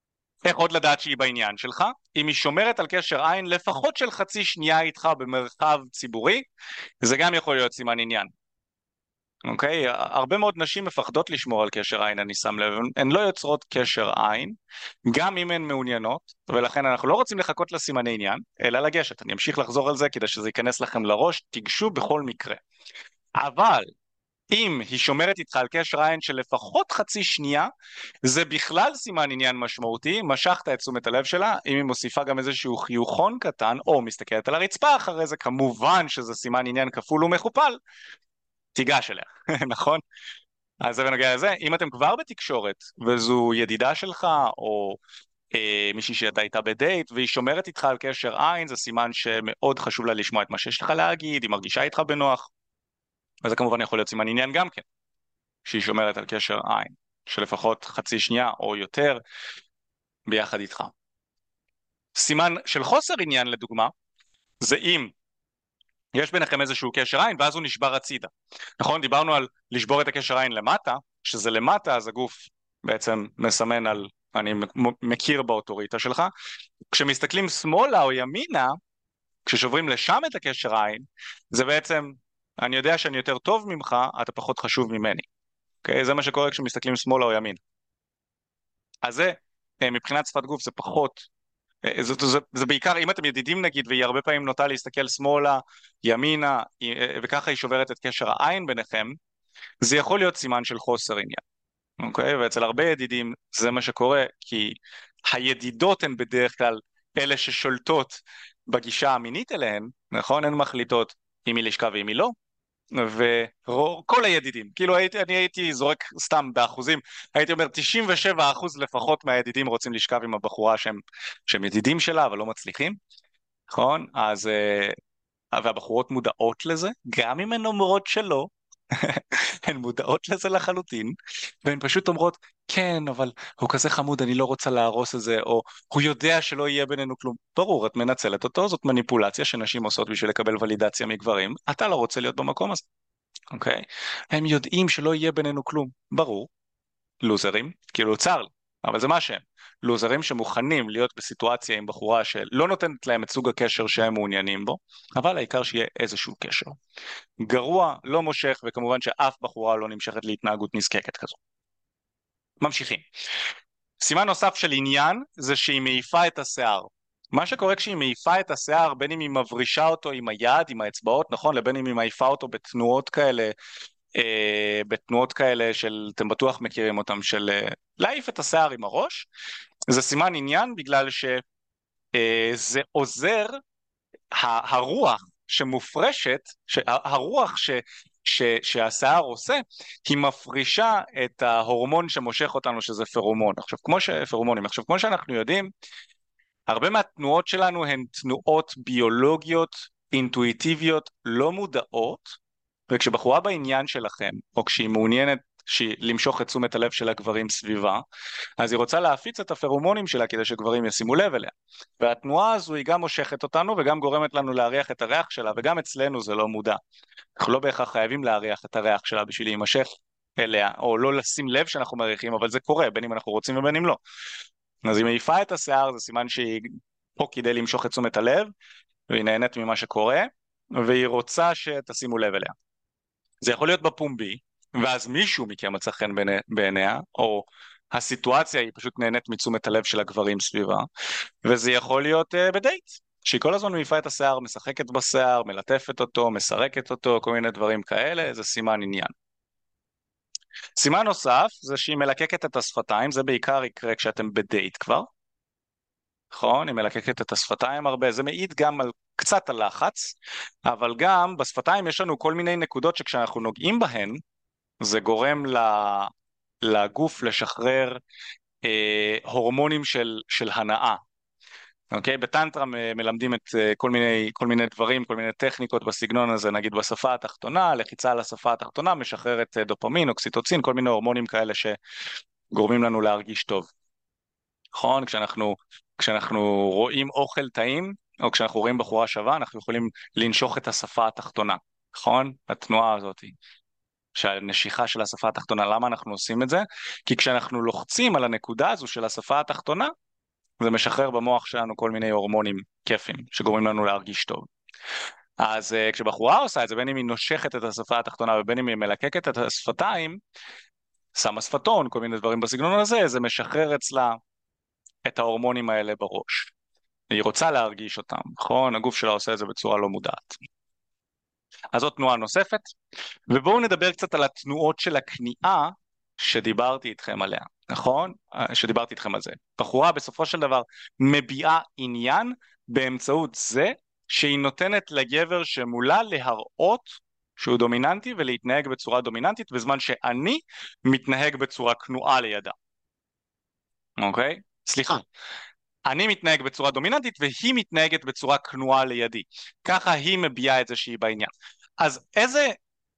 איך עוד לדעת שהיא בעניין שלך? אם היא שומרת על קשר עין לפחות של חצי שנייה איתך במרחב ציבורי, זה גם יכול להיות סימן עניין. אוקיי? הרבה מאוד נשים מפחדות לשמור על קשר עין, אני שם לב, הן לא יוצרות קשר עין, גם אם הן מעוניינות, ולכן אנחנו לא רוצים לחכות לסימני עניין, אלא לגשת. אני אמשיך לחזור על זה כדי שזה ייכנס לכם לראש, תיגשו בכל מקרה. אבל אם היא שומרת איתך על קשר עין של לפחות חצי שנייה, זה בכלל סימן עניין משמעותי, משכת את תשומת הלב שלה, אם היא מוסיפה גם איזשהו חיוכון קטן, או מסתכלת על הרצפה אחרי זה, כמובן שזה סימן עניין כפול ומכופל, תיגש אליה, נכון? אז זה בנוגע לזה, אם אתם כבר בתקשורת, וזו ידידה שלך, או אה, מישהי שאתה איתה בדייט, והיא שומרת איתך על קשר עין, זה סימן שמאוד חשוב לה לשמוע את מה שיש לך להגיד, היא מרגישה איתך בנוח, וזה כמובן יכול להיות סימן עניין גם כן, שהיא שומרת על קשר עין, שלפחות חצי שנייה או יותר ביחד איתך. סימן של חוסר עניין לדוגמה, זה אם יש ביניכם איזשהו קשר עין, ואז הוא נשבר הצידה. נכון? דיברנו על לשבור את הקשר עין למטה, שזה למטה, אז הגוף בעצם מסמן על, אני מכיר באוטוריטה שלך. כשמסתכלים שמאלה או ימינה, כששוברים לשם את הקשר עין, זה בעצם, אני יודע שאני יותר טוב ממך, אתה פחות חשוב ממני. אוקיי? זה מה שקורה כשמסתכלים שמאלה או ימין. אז זה, מבחינת שפת גוף, זה פחות... זה, זה, זה בעיקר, אם אתם ידידים נגיד, והיא הרבה פעמים נוטה להסתכל שמאלה, ימינה, וככה היא שוברת את קשר העין ביניכם, זה יכול להיות סימן של חוסר עניין, אוקיי? ואצל הרבה ידידים זה מה שקורה, כי הידידות הן בדרך כלל אלה ששולטות בגישה המינית אליהן, נכון? הן מחליטות אם היא לשכה ואם היא לא, וכל הידידים, כאילו הייתי, אני הייתי זורק סתם באחוזים, הייתי אומר תשעים ושבעה אחוז לפחות מהידידים רוצים לשכב עם הבחורה שהם, שהם ידידים שלה אבל לא מצליחים, נכון? אז, והבחורות מודעות לזה, גם אם הן אומרות שלא, הן מודעות לזה לחלוטין, והן פשוט אומרות, כן, אבל הוא כזה חמוד, אני לא רוצה להרוס את זה, או הוא יודע שלא יהיה בינינו כלום. ברור, את מנצלת אותו, זאת מניפולציה שנשים עושות בשביל לקבל ולידציה מגברים, אתה לא רוצה להיות במקום הזה, אוקיי? הם יודעים שלא יהיה בינינו כלום, ברור, לוזרים, כאילו צר לי, אבל זה מה שהם. לוזרים שמוכנים להיות בסיטואציה עם בחורה שלא נותנת להם את סוג הקשר שהם מעוניינים בו, אבל העיקר שיהיה איזשהו קשר. גרוע, לא מושך, וכמובן שאף בחורה לא נמשכת להתנהגות נזקקת כזו. ממשיכים. סימן נוסף של עניין זה שהיא מעיפה את השיער. מה שקורה כשהיא מעיפה את השיער, בין אם היא מברישה אותו עם היד, עם האצבעות, נכון? לבין אם היא מעיפה אותו בתנועות כאלה, אה, בתנועות כאלה של, אתם בטוח מכירים אותם, של אה, להעיף את השיער עם הראש. זה סימן עניין בגלל שזה אה, עוזר, הרוח שמופרשת, הרוח ש, ש, שהשיער עושה, היא מפרישה את ההורמון שמושך אותנו, שזה פרומון. עכשיו, כמו שפרומונים, עכשיו, כמו שאנחנו יודעים, הרבה מהתנועות שלנו הן תנועות ביולוגיות, אינטואיטיביות, לא מודעות, וכשבחורה בעניין שלכם, או כשהיא מעוניינת שהיא למשוך את תשומת הלב של הגברים סביבה, אז היא רוצה להפיץ את הפרומונים שלה כדי שגברים ישימו לב אליה. והתנועה הזו היא גם מושכת אותנו וגם גורמת לנו להריח את הריח שלה, וגם אצלנו זה לא מודע. אנחנו לא בהכרח חייבים להריח את הריח שלה בשביל להימשך אליה, או לא לשים לב שאנחנו מריחים, אבל זה קורה, בין אם אנחנו רוצים ובין אם לא. אז היא מעיפה את השיער, זה סימן שהיא פה כדי למשוך את תשומת הלב, והיא נהנית ממה שקורה, והיא רוצה שתשימו לב אליה. זה יכול להיות בפומבי, ואז מישהו מכם מצא חן בעיניה, או הסיטואציה היא פשוט נהנית מתשומת הלב של הגברים סביבה, וזה יכול להיות uh, בדייט, שהיא כל הזמן מעיפה את השיער, משחקת בשיער, מלטפת אותו, מסרקת אותו, כל מיני דברים כאלה, זה סימן עניין. סימן נוסף זה שהיא מלקקת את השפתיים, זה בעיקר יקרה כשאתם בדייט כבר, נכון? היא מלקקת את השפתיים הרבה, זה מעיד גם על קצת הלחץ, אבל גם בשפתיים יש לנו כל מיני נקודות שכשאנחנו נוגעים בהן, זה גורם לגוף לשחרר אה, הורמונים של, של הנאה. אוקיי? בטנטרה מלמדים את כל מיני, כל מיני דברים, כל מיני טכניקות בסגנון הזה, נגיד בשפה התחתונה, לחיצה על השפה התחתונה, משחררת דופמין, אוקסיטוצין, כל מיני הורמונים כאלה שגורמים לנו להרגיש טוב. נכון? כשאנחנו, כשאנחנו רואים אוכל טעים, או כשאנחנו רואים בחורה שווה, אנחנו יכולים לנשוך את השפה התחתונה. נכון? התנועה הזאת. שהנשיכה של השפה התחתונה, למה אנחנו עושים את זה? כי כשאנחנו לוחצים על הנקודה הזו של השפה התחתונה, זה משחרר במוח שלנו כל מיני הורמונים כיפים שגורמים לנו להרגיש טוב. אז uh, כשבחורה עושה את זה, בין אם היא נושכת את השפה התחתונה ובין אם היא מלקקת את השפתיים, שמה שפתון, כל מיני דברים בסגנון הזה, זה משחרר אצלה את ההורמונים האלה בראש. היא רוצה להרגיש אותם, נכון? הגוף שלה עושה את זה בצורה לא מודעת. אז זאת תנועה נוספת, ובואו נדבר קצת על התנועות של הכניעה שדיברתי איתכם עליה, נכון? שדיברתי איתכם על זה. בחורה בסופו של דבר מביעה עניין באמצעות זה שהיא נותנת לגבר שמולה להראות שהוא דומיננטי ולהתנהג בצורה דומיננטית, בזמן שאני מתנהג בצורה כנועה לידה. אוקיי? סליחה. אני מתנהג בצורה דומיננטית והיא מתנהגת בצורה כנועה לידי. ככה היא מביעה את זה שהיא בעניין. אז איזה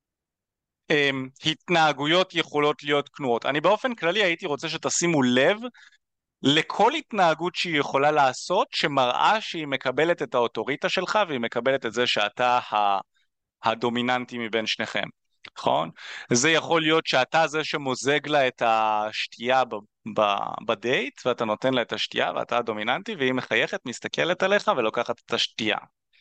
הם, התנהגויות יכולות להיות כנועות? אני באופן כללי הייתי רוצה שתשימו לב לכל התנהגות שהיא יכולה לעשות שמראה שהיא מקבלת את האוטוריטה שלך והיא מקבלת את זה שאתה הדומיננטי מבין שניכם, נכון? זה יכול להיות שאתה זה שמוזג לה את השתייה בדייט ואתה נותן לה את השתייה ואתה הדומיננטי והיא מחייכת, מסתכלת עליך ולוקחת את השתייה.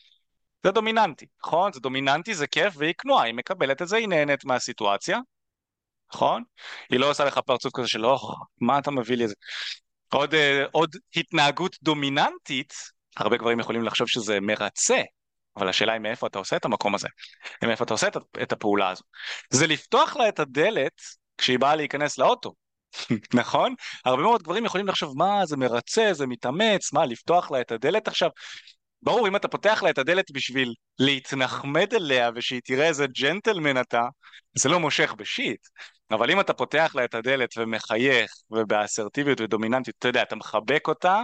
זה דומיננטי, נכון? זה דומיננטי, זה כיף והיא כנועה, היא מקבלת את זה, היא נהנית מהסיטואציה, נכון? היא לא עושה לך פרצוף כזה של, אוח, מה אתה מביא לי את זה? עוד, עוד התנהגות דומיננטית, הרבה גברים יכולים לחשוב שזה מרצה, אבל השאלה היא מאיפה אתה עושה את המקום הזה, מאיפה אתה עושה את הפעולה הזו. זה לפתוח לה את הדלת כשהיא באה להיכנס לאוטו, נכון? הרבה מאוד גברים יכולים לחשוב, מה, זה מרצה, זה מתאמץ, מה, לפתוח לה את הדלת עכשיו? ברור, אם אתה פותח לה את הדלת בשביל להתנחמד אליה ושהיא תראה איזה ג'נטלמן אתה, זה לא מושך בשיט. אבל אם אתה פותח לה את הדלת ומחייך ובאסרטיביות ודומיננטיות, אתה יודע, אתה מחבק אותה,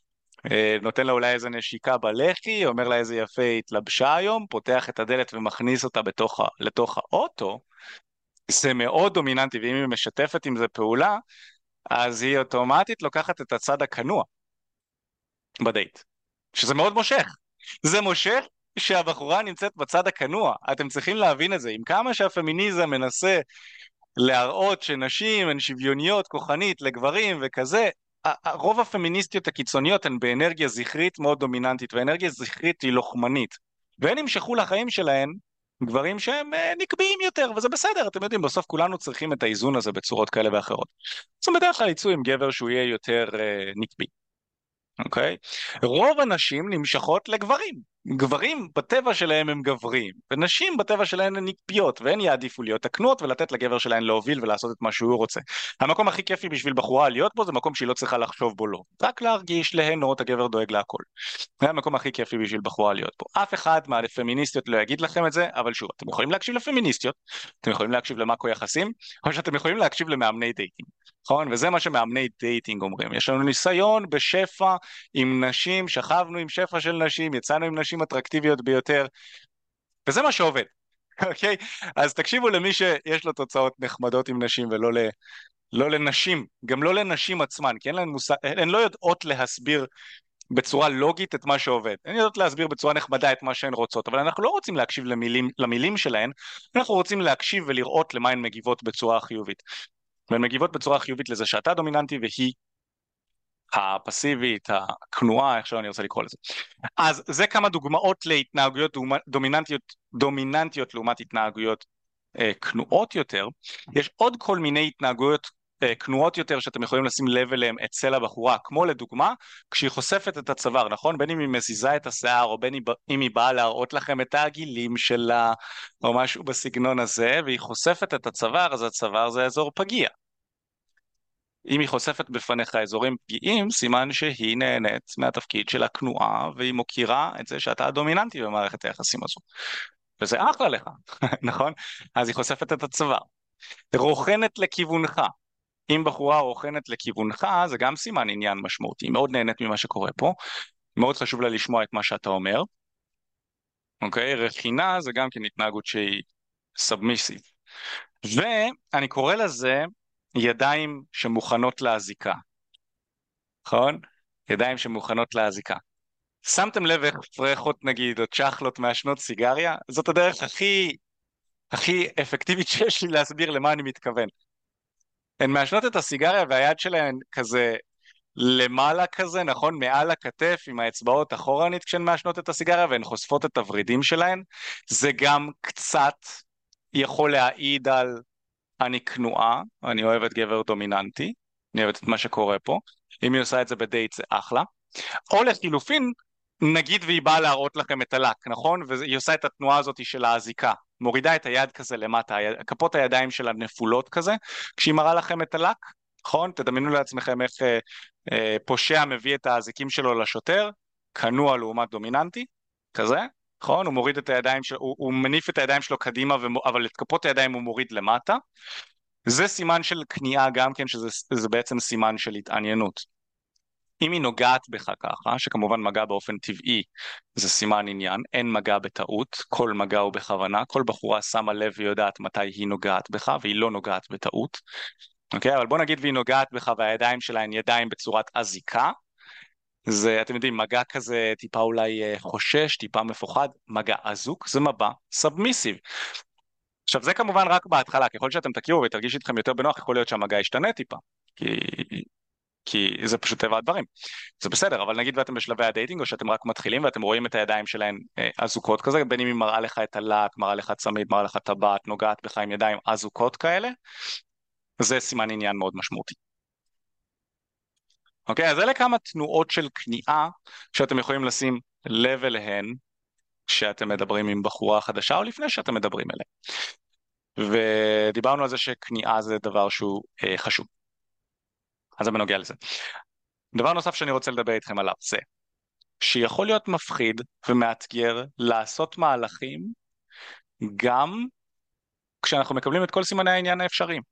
נותן לה אולי איזה נשיקה בלחי, אומר לה איזה יפה התלבשה היום, פותח את הדלת ומכניס אותה בתוך, לתוך האוטו, זה מאוד דומיננטי, ואם היא משתפת עם זה פעולה, אז היא אוטומטית לוקחת את הצד הכנוע בדייט, שזה מאוד מושך. זה מושך שהבחורה נמצאת בצד הכנוע, אתם צריכים להבין את זה, עם כמה שהפמיניזם מנסה להראות שנשים הן שוויוניות כוחנית לגברים וכזה, רוב הפמיניסטיות הקיצוניות הן באנרגיה זכרית מאוד דומיננטית, ואנרגיה זכרית היא לוחמנית, והן נמשכו לחיים שלהן גברים שהם נקביים יותר, וזה בסדר, אתם יודעים, בסוף כולנו צריכים את האיזון הזה בצורות כאלה ואחרות. אז בדרך כלל יצאו עם גבר שהוא יהיה יותר uh, נקבי. אוקיי? רוב הנשים נמשכות לגברים. גברים בטבע שלהם הם גברים, ונשים בטבע שלהם הן נקביות, והן יעדיפו להיות הכנועות ולתת לגבר שלהן להוביל ולעשות את מה שהוא רוצה. המקום הכי כיפי בשביל בחורה להיות בו זה מקום שהיא לא צריכה לחשוב בו לא. רק להרגיש, ליהנות, הגבר דואג להכל. זה המקום הכי כיפי בשביל בחורה להיות בו. אף אחד מהפמיניסטיות לא יגיד לכם את זה, אבל שוב, אתם יכולים להקשיב לפמיניסטיות, אתם יכולים להקשיב למאקו יחסים, או שאתם יכולים להקשיב למאמני דייטינג. נכון? וזה מה שמאמני דייטינג אומרים. יש לנו ניסיון בשפע עם נשים, שכבנו עם שפע של נשים, יצאנו עם נשים אטרקטיביות ביותר, וזה מה שעובד, אוקיי? אז תקשיבו למי שיש לו תוצאות נחמדות עם נשים ולא ל... לא לנשים, גם לא לנשים עצמן, כי אין להן מושג, הן לא יודעות להסביר בצורה לוגית את מה שעובד. הן יודעות להסביר בצורה נחמדה את מה שהן רוצות, אבל אנחנו לא רוצים להקשיב למילים, למילים שלהן, אנחנו רוצים להקשיב ולראות למה הן מגיבות בצורה חיובית. והן מגיבות בצורה חיובית לזה שאתה דומיננטי והיא הפסיבית, הכנועה, איך שאני רוצה לקרוא לזה. אז זה כמה דוגמאות להתנהגויות דומיננטיות, דומיננטיות לעומת התנהגויות אה, כנועות יותר. יש עוד כל מיני התנהגויות אה, כנועות יותר שאתם יכולים לשים לב אליהם אצל הבחורה, כמו לדוגמה, כשהיא חושפת את הצוואר, נכון? בין אם היא מזיזה את השיער, או בין אם היא באה להראות לכם את העגילים שלה, או משהו בסגנון הזה, והיא חושפת את הצוואר, אז הצוואר זה אזור פגיע. אם היא חושפת בפניך אזורים פגיעים, סימן שהיא נהנית מהתפקיד של הכנועה, והיא מוכירה את זה שאתה הדומיננטי במערכת היחסים הזו. וזה אחלה לך, נכון? אז היא חושפת את הצוואר. רוחנת לכיוונך. אם בחורה רוחנת לכיוונך, זה גם סימן עניין משמעותי. היא מאוד נהנית ממה שקורה פה. מאוד חשוב לה לשמוע את מה שאתה אומר. אוקיי? רכינה זה גם כן התנהגות שהיא סאבמיסיב. ואני קורא לזה ידיים שמוכנות להזיקה, נכון? ידיים שמוכנות להזיקה. שמתם לב איך פרחות נגיד, או צ'חלות מעשנות סיגריה? זאת הדרך הכי, הכי אפקטיבית שיש לי להסביר למה אני מתכוון. הן מעשנות את הסיגריה והיד שלהן כזה למעלה כזה, נכון? מעל הכתף עם האצבעות אחורנית כשהן מעשנות את הסיגריה והן חושפות את הוורידים שלהן. זה גם קצת יכול להעיד על אני כנועה, אני אוהבת גבר דומיננטי, אני אוהבת את מה שקורה פה. אם היא עושה את זה בדייט זה אחלה. או לחילופין, נגיד והיא באה להראות לכם את הלק, נכון? והיא עושה את התנועה הזאת של האזיקה, מורידה את היד כזה למטה, כפות הידיים שלה נפולות כזה, כשהיא מראה לכם את הלק, נכון? תדמיינו לעצמכם איך אה, אה, פושע מביא את האזיקים שלו לשוטר, כנוע לעומת דומיננטי, כזה, נכון? הוא מוריד את הידיים שלו, הוא, הוא מניף את הידיים שלו קדימה, ומו, אבל את כפות הידיים הוא מוריד למטה. זה סימן של כניעה גם כן, שזה בעצם סימן של התעניינות. אם היא נוגעת בך ככה, שכמובן מגע באופן טבעי זה סימן עניין, אין מגע בטעות, כל מגע הוא בכוונה, כל בחורה שמה לב ויודעת מתי היא נוגעת בך, והיא לא נוגעת בטעות, אוקיי? אבל בוא נגיד והיא נוגעת בך והידיים שלה הן ידיים בצורת אזיקה, זה, אתם יודעים, מגע כזה טיפה אולי חושש, טיפה מפוחד, מגע אזוק, זה מבע סאבמיסיב. עכשיו זה כמובן רק בהתחלה, ככל שאתם תכירו ותרגיש איתכם יותר בנוח, יכול להיות שהמגע ישתנה טיפה, כי... כי זה פשוט טבע הדברים. זה בסדר, אבל נגיד ואתם בשלבי הדייטינג, או שאתם רק מתחילים ואתם רואים את הידיים שלהן אה, אזוקות כזה, בין אם היא מראה לך את הלק, מראה לך צמיד, מראה לך טבעת, נוגעת בך עם ידיים אזוקות כאלה, זה סימן עניין מאוד משמעותי. אוקיי, אז אלה כמה תנועות של כניעה שאתם יכולים לשים לב אליהן כשאתם מדברים עם בחורה חדשה או לפני שאתם מדברים אליה. ודיברנו על זה שכניעה זה דבר שהוא אה, חשוב. אז זה בנוגע לזה. דבר נוסף שאני רוצה לדבר איתכם עליו זה שיכול להיות מפחיד ומאתגר לעשות מהלכים גם כשאנחנו מקבלים את כל סימני העניין האפשריים.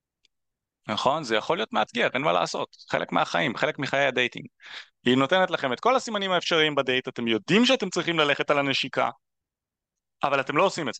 נכון? זה יכול להיות מאתגר, אין מה לעשות. חלק מהחיים, חלק מחיי הדייטינג. היא נותנת לכם את כל הסימנים האפשריים בדייט, אתם יודעים שאתם צריכים ללכת על הנשיקה, אבל אתם לא עושים את זה.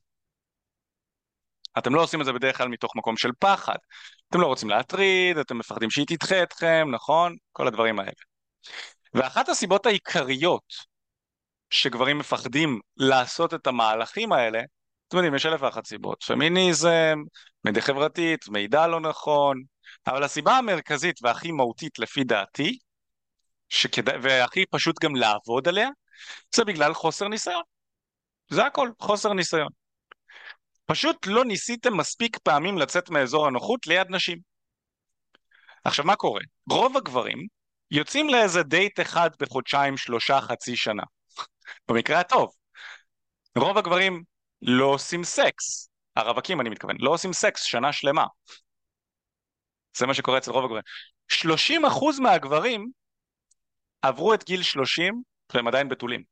אתם לא עושים את זה בדרך כלל מתוך מקום של פחד. אתם לא רוצים להטריד, אתם מפחדים שהיא תדחה אתכם, נכון? כל הדברים האלה. ואחת הסיבות העיקריות שגברים מפחדים לעשות את המהלכים האלה, אתם יודעים, יש אלף ואחת סיבות, פמיניזם, מדיה חברתית, מידע לא נכון, אבל הסיבה המרכזית והכי מהותית לפי דעתי, שכדא, והכי פשוט גם לעבוד עליה, זה בגלל חוסר ניסיון. זה הכל, חוסר ניסיון. פשוט לא ניסיתם מספיק פעמים לצאת מאזור הנוחות ליד נשים. עכשיו מה קורה? רוב הגברים יוצאים לאיזה דייט אחד בחודשיים, שלושה, חצי שנה. במקרה הטוב. רוב הגברים לא עושים סקס, הרווקים אני מתכוון, לא עושים סקס שנה שלמה. זה מה שקורה אצל רוב הגברים. שלושים אחוז מהגברים עברו את גיל שלושים והם עדיין בתולים.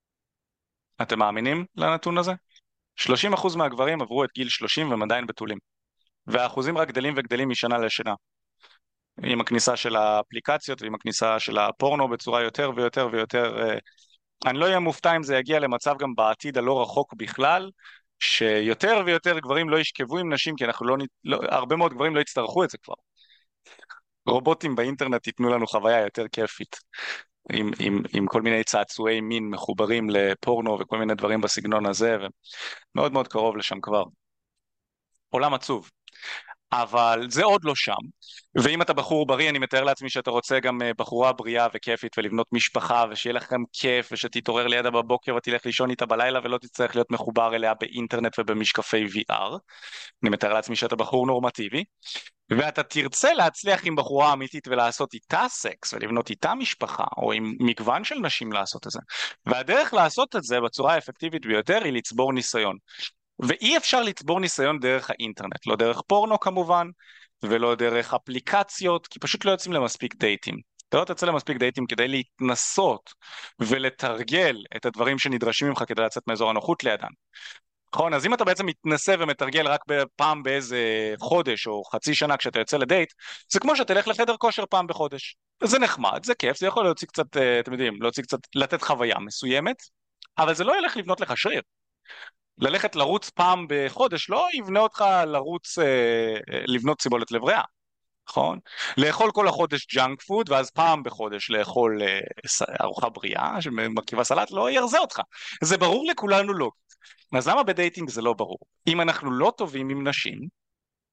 אתם מאמינים לנתון הזה? שלושים אחוז מהגברים עברו את גיל שלושים והם עדיין בתולים. והאחוזים רק גדלים וגדלים משנה לשנה. עם הכניסה של האפליקציות ועם הכניסה של הפורנו בצורה יותר ויותר ויותר... אני לא אהיה מופתע אם זה יגיע למצב גם בעתיד הלא רחוק בכלל, שיותר ויותר גברים לא ישכבו עם נשים, כי אנחנו לא, לא, הרבה מאוד גברים לא יצטרכו את זה כבר. רובוטים באינטרנט ייתנו לנו חוויה יותר כיפית, עם, עם, עם כל מיני צעצועי מין מחוברים לפורנו וכל מיני דברים בסגנון הזה, ומאוד מאוד קרוב לשם כבר. עולם עצוב. אבל זה עוד לא שם, ואם אתה בחור בריא, אני מתאר לעצמי שאתה רוצה גם בחורה בריאה וכיפית ולבנות משפחה ושיהיה לכם כיף ושתתעורר לידה בבוקר ותלך לישון איתה בלילה ולא תצטרך להיות מחובר אליה באינטרנט ובמשקפי וי אר. אני מתאר לעצמי שאתה בחור נורמטיבי, ואתה תרצה להצליח עם בחורה אמיתית ולעשות איתה סקס ולבנות איתה משפחה, או עם מגוון של נשים לעשות את זה. והדרך לעשות את זה בצורה האפקטיבית ביותר היא לצבור ניסיון. ואי אפשר לצבור ניסיון דרך האינטרנט, לא דרך פורנו כמובן, ולא דרך אפליקציות, כי פשוט לא יוצאים למספיק דייטים. אתה לא תצא למספיק דייטים כדי להתנסות ולתרגל את הדברים שנדרשים ממך כדי לצאת מאזור הנוחות לידן. נכון, אז אם אתה בעצם מתנסה ומתרגל רק פעם באיזה חודש או חצי שנה כשאתה יוצא לדייט, זה כמו שתלך לחדר כושר פעם בחודש. זה נחמד, זה כיף, זה יכול להוציא קצת, אתם יודעים, להוציא קצת, לתת חוויה מסוימת, אבל זה לא ילך לבנות לך שריר. ללכת לרוץ פעם בחודש לא יבנה אותך לרוץ, אה, לבנות סיבולת לב ריאה, נכון? לאכול כל החודש ג'אנק פוד, ואז פעם בחודש לאכול אה, ארוחה בריאה שמרכיבה סלט, לא ירזה אותך. זה ברור לכולנו לא. אז למה בדייטינג זה לא ברור? אם אנחנו לא טובים עם נשים,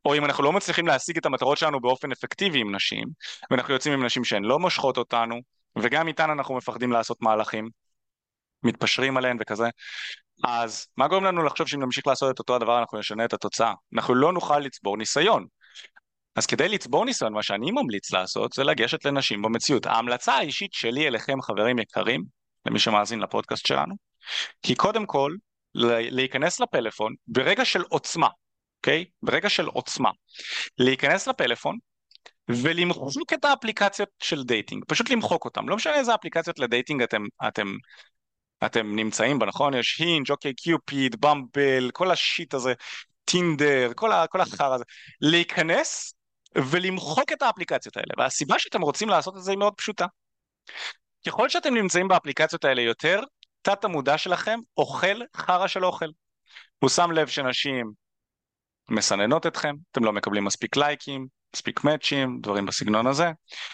או אם אנחנו לא מצליחים להשיג את המטרות שלנו באופן אפקטיבי עם נשים, ואנחנו יוצאים עם נשים שהן לא מושכות אותנו, וגם איתן אנחנו מפחדים לעשות מהלכים, מתפשרים עליהן וכזה, אז מה גורם לנו לחשוב שאם נמשיך לעשות את אותו הדבר אנחנו נשנה את התוצאה? אנחנו לא נוכל לצבור ניסיון. אז כדי לצבור ניסיון, מה שאני ממליץ לעשות זה לגשת לנשים במציאות. ההמלצה האישית שלי אליכם, חברים יקרים, למי שמאזין לפודקאסט שלנו, כי קודם כל, להיכנס לפלאפון ברגע של עוצמה, אוקיי? ברגע של עוצמה. להיכנס לפלאפון ולמחוק את האפליקציות של דייטינג, פשוט למחוק אותם. לא משנה איזה אפליקציות לדייטינג אתם, אתם, אתם נמצאים בה, נכון? יש הינג', אוקיי, קיופיד, במבל, כל השיט הזה, טינדר, כל, ה, כל החר הזה. להיכנס ולמחוק את האפליקציות האלה. והסיבה שאתם רוצים לעשות את זה היא מאוד פשוטה. ככל שאתם נמצאים באפליקציות האלה יותר, תת המודע שלכם אוכל חרא של אוכל. הוא שם לב שנשים מסננות אתכם, אתם לא מקבלים מספיק לייקים, מספיק מאצ'ים, דברים בסגנון הזה,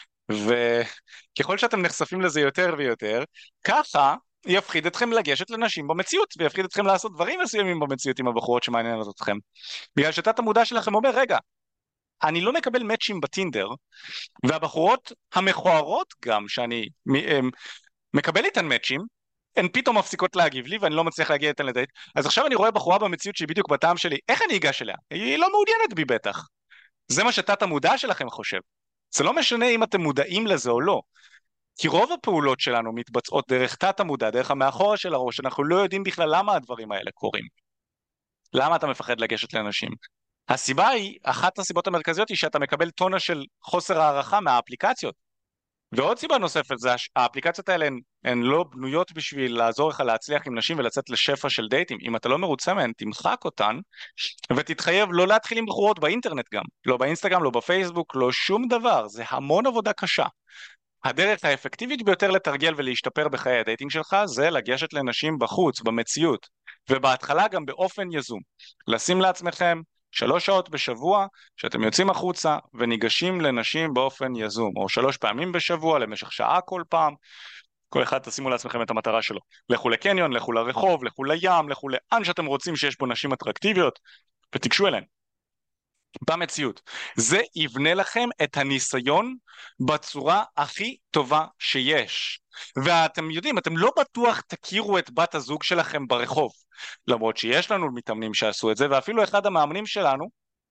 וככל שאתם נחשפים לזה יותר ויותר, ככה יפחיד אתכם לגשת לנשים במציאות, ויפחיד אתכם לעשות דברים מסוימים במציאות עם הבחורות שמעניינות אתכם. בגלל שתת המודע שלכם אומר, רגע, אני לא מקבל מאצ'ים בטינדר, והבחורות המכוערות גם שאני מקבל איתן מאצ'ים, הן פתאום מפסיקות להגיב לי ואני לא מצליח להגיע איתן לדייט, אז עכשיו אני רואה בחורה במציאות שהיא בדיוק בטעם שלי, איך אני אגש אליה? היא לא מעוניינת בי בטח. זה מה שתת המודע שלכם חושב. זה לא משנה אם אתם מודעים לזה או לא, כי רוב הפעולות שלנו מתבצעות דרך תת המודע, דרך המאחורה של הראש, אנחנו לא יודעים בכלל למה הדברים האלה קורים. למה אתה מפחד לגשת לאנשים? הסיבה היא, אחת הסיבות המרכזיות היא שאתה מקבל טונה של חוסר הערכה מהאפליקציות. ועוד סיבה נוספת זה האפליקציות האלה הן, הן לא בנויות בשביל לעזור לך להצליח עם נשים ולצאת לשפע של דייטים. אם אתה לא מרוצה מהן, תמחק אותן ותתחייב לא להתחיל עם בחורות באינטרנט גם. לא באינסטגרם, לא בפייסבוק, לא שום דבר. זה המון עבודה קשה. הדרך האפקטיבית ביותר לתרגל ולהשתפר בחיי הדייטינג שלך זה לגשת לנשים בחוץ, במציאות. ובהתחלה גם באופן יזום. לשים לעצמכם שלוש שעות בשבוע שאתם יוצאים החוצה וניגשים לנשים באופן יזום, או שלוש פעמים בשבוע למשך שעה כל פעם, כל אחד תשימו לעצמכם את המטרה שלו. לכו לקניון, לכו לרחוב, לכו לים, לכו לאן שאתם רוצים שיש בו נשים אטרקטיביות, ותיגשו אליהן. במציאות. זה יבנה לכם את הניסיון בצורה הכי טובה שיש. ואתם יודעים, אתם לא בטוח תכירו את בת הזוג שלכם ברחוב, למרות שיש לנו מתאמנים שעשו את זה, ואפילו אחד המאמנים שלנו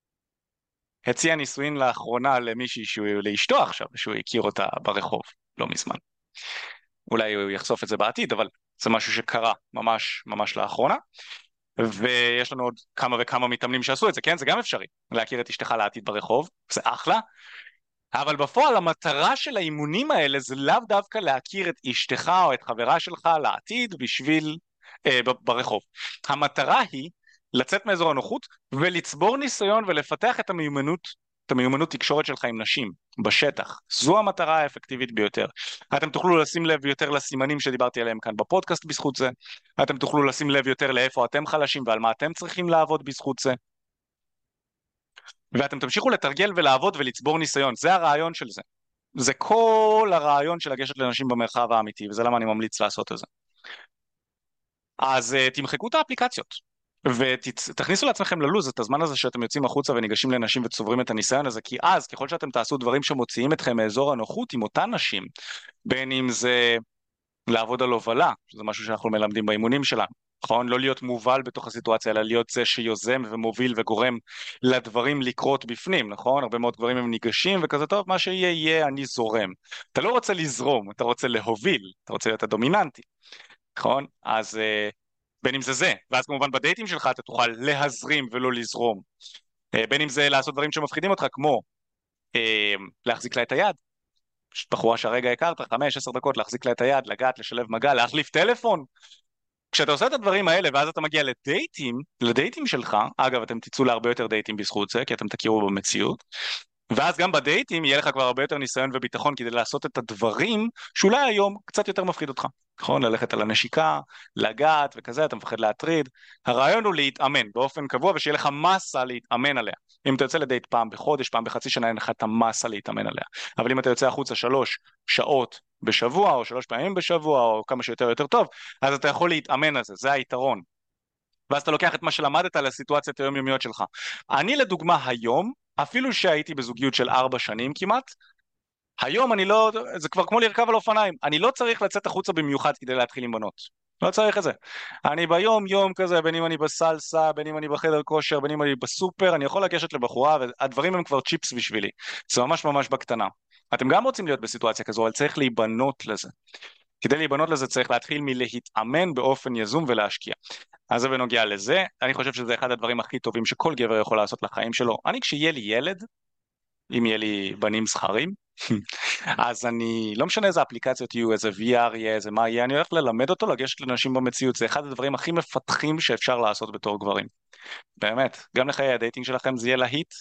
הציע ניסויים לאחרונה למישהי שהוא לאשתו עכשיו, שהוא הכיר אותה ברחוב, לא מזמן. אולי הוא יחשוף את זה בעתיד, אבל זה משהו שקרה ממש ממש לאחרונה. ויש לנו עוד כמה וכמה מתאמנים שעשו את זה, כן? זה גם אפשרי, להכיר את אשתך לעתיד ברחוב, זה אחלה, אבל בפועל המטרה של האימונים האלה זה לאו דווקא להכיר את אשתך או את חברה שלך לעתיד בשביל, אה, ברחוב. המטרה היא לצאת מאזור הנוחות ולצבור ניסיון ולפתח את המיומנות, את המיומנות תקשורת שלך עם נשים בשטח. זו המטרה האפקטיבית ביותר. אתם תוכלו לשים לב יותר לסימנים שדיברתי עליהם כאן בפודקאסט בזכות זה, אתם תוכלו לשים לב יותר לאיפה אתם חלשים ועל מה אתם צריכים לעבוד בזכות זה, ואתם תמשיכו לתרגל ולעבוד ולצבור ניסיון. זה הרעיון של זה. זה כל הרעיון של לגשת לנשים במרחב האמיתי, וזה למה אני ממליץ לעשות את זה. אז uh, תמחקו את האפליקציות. ותכניסו לעצמכם ללוז את הזמן הזה שאתם יוצאים החוצה וניגשים לנשים וצוברים את הניסיון הזה, כי אז ככל שאתם תעשו דברים שמוציאים אתכם מאזור הנוחות עם אותן נשים, בין אם זה לעבוד על הובלה, שזה משהו שאנחנו מלמדים באימונים שלנו, נכון? לא להיות מובל בתוך הסיטואציה, אלא להיות זה שיוזם ומוביל וגורם לדברים לקרות בפנים, נכון? הרבה מאוד דברים הם ניגשים וכזה טוב, מה שיהיה יהיה אני זורם. אתה לא רוצה לזרום, אתה רוצה להוביל, אתה רוצה להיות הדומיננטי, נכון? אז uh, בין אם זה זה, ואז כמובן בדייטים שלך אתה תוכל להזרים ולא לזרום. Uh, בין אם זה לעשות דברים שמפחידים אותך, כמו uh, להחזיק לה את היד, בחורה שהרגע הכרת, חמש, עשר דקות להחזיק לה את היד, לגעת, לשלב מגע, להחליף טלפון. כשאתה עושה את הדברים האלה ואז אתה מגיע לדייטים, לדייטים שלך, אגב אתם תצאו להרבה יותר דייטים בזכות זה, כי אתם תכירו במציאות, ואז גם בדייטים יהיה לך כבר הרבה יותר ניסיון וביטחון כדי לעשות את הדברים שאולי היום קצת יותר מפחיד אותך, נכון? ללכת על הנשיקה, לגעת וכזה, אתה מפחד להטריד. הרעיון הוא להתאמן באופן קבוע ושיהיה לך מסה להתאמן עליה. אם אתה יוצא לדייט פעם בחודש, פעם בחצי שנה, אין לך את המסה להתאמן עליה. אבל אם אתה יוצא החוצה שלוש שעות בשבוע או שלוש פעמים בשבוע או כמה שיותר יותר טוב, אז אתה יכול להתאמן על זה, זה היתרון. ואז אתה לוקח את מה שלמדת על הסיטואציות היומיומיות שלך. אני לדוגמה היום, אפילו שהייתי בזוגיות של ארבע שנים כמעט, היום אני לא, זה כבר כמו לרכב על אופניים, אני לא צריך לצאת החוצה במיוחד כדי להתחיל עם בנות. לא צריך את זה. אני ביום יום כזה, בין אם אני בסלסה, בין אם אני בחדר כושר, בין אם אני בסופר, אני יכול לגשת לבחורה, והדברים הם כבר צ'יפס בשבילי. זה ממש ממש בקטנה. אתם גם רוצים להיות בסיטואציה כזו, אבל צריך להיבנות לזה. כדי להיבנות לזה צריך להתחיל מלהתאמן באופן יזום ולהשקיע. אז זה בנוגע לזה, אני חושב שזה אחד הדברים הכי טובים שכל גבר יכול לעשות לחיים שלו. אני כשיהיה לי ילד, אם יהיה לי בנים זכרים, אז אני, לא משנה איזה אפליקציות יהיו, איזה וי אר יהיה, איזה מה יהיה, אני הולך ללמד אותו לגשת לנשים במציאות, זה אחד הדברים הכי מפתחים שאפשר לעשות בתור גברים. באמת, גם לחיי הדייטינג שלכם זה יהיה להיט,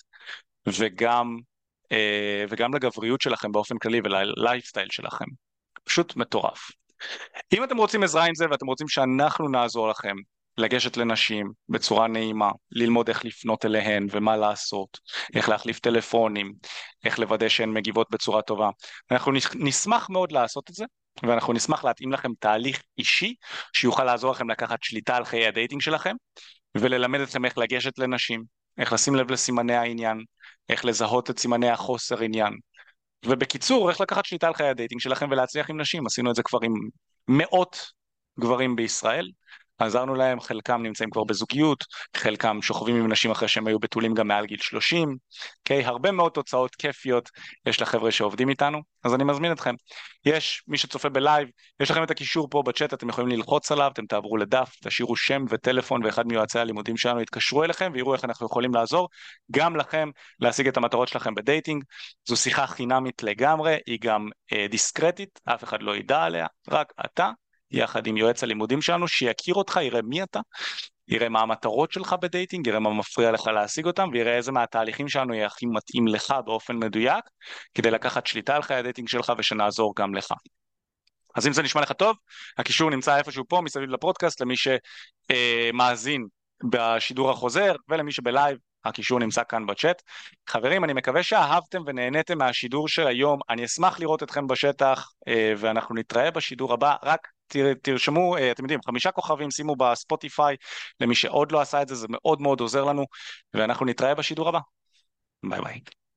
וגם, אה, וגם לגבריות שלכם באופן כללי וללייפסטייל שלכם. פשוט מטורף. אם אתם רוצים עזרה עם זה ואתם רוצים שאנחנו נעזור לכם לגשת לנשים בצורה נעימה, ללמוד איך לפנות אליהן ומה לעשות, איך להחליף טלפונים, איך לוודא שהן מגיבות בצורה טובה, אנחנו נשמח מאוד לעשות את זה, ואנחנו נשמח להתאים לכם תהליך אישי שיוכל לעזור לכם לקחת שליטה על חיי הדייטינג שלכם, וללמד אתכם איך לגשת לנשים, איך לשים לב לסימני העניין, איך לזהות את סימני החוסר עניין, ובקיצור, איך לקחת שליטה על חיי הדייטינג שלכם ולהצליח עם נשים. עשינו את זה כבר עם מאות גברים בישראל, עזרנו להם, חלקם נמצאים כבר בזוגיות, חלקם שוכבים עם נשים אחרי שהם היו בתולים גם מעל גיל שלושים, okay? הרבה מאוד תוצאות כיפיות יש לחבר'ה שעובדים איתנו, אז אני מזמין אתכם. יש מי שצופה בלייב, יש לכם את הקישור פה בצ'אט, אתם יכולים ללחוץ עליו, אתם תעברו לדף, תשאירו שם וטלפון, ואחד מיועצי הלימודים שלנו יתקשרו אליכם ויראו איך אנחנו יכולים לעזור גם לכם להשיג את המטרות שלכם בדייטינג. זו שיחה חינמית לגמרי, היא גם אה, דיסקרטית, אף אחד לא ידע עליה, רק אתה, יחד עם יועץ הלימודים שלנו, שיכיר אותך, יראה מי אתה, יראה מה המטרות שלך בדייטינג, יראה מה מפריע לך להשיג אותם, ויראה איזה מהתהליכים שלנו יהיה הכי מתאים לך באופן מדויק, כדי לקחת שליטה על חיי הדייטינג שלך ושנעזור גם לך. אז אם זה נשמע לך טוב, הקישור נמצא איפשהו פה מסביב לפודקאסט, למי שמאזין בשידור החוזר, ולמי שבלייב, הקישור נמצא כאן בצ'אט. חברים, אני מקווה שאהבתם ונהניתם מהשידור של היום, אני אשמח לראות אתכם בשטח, ואנחנו נתראה בשידור הבא, רק תרשמו, אתם יודעים, חמישה כוכבים, שימו בספוטיפיי, למי שעוד לא עשה את זה, זה מאוד מאוד עוזר לנו, ואנחנו נתראה בשידור הבא. ביי ביי.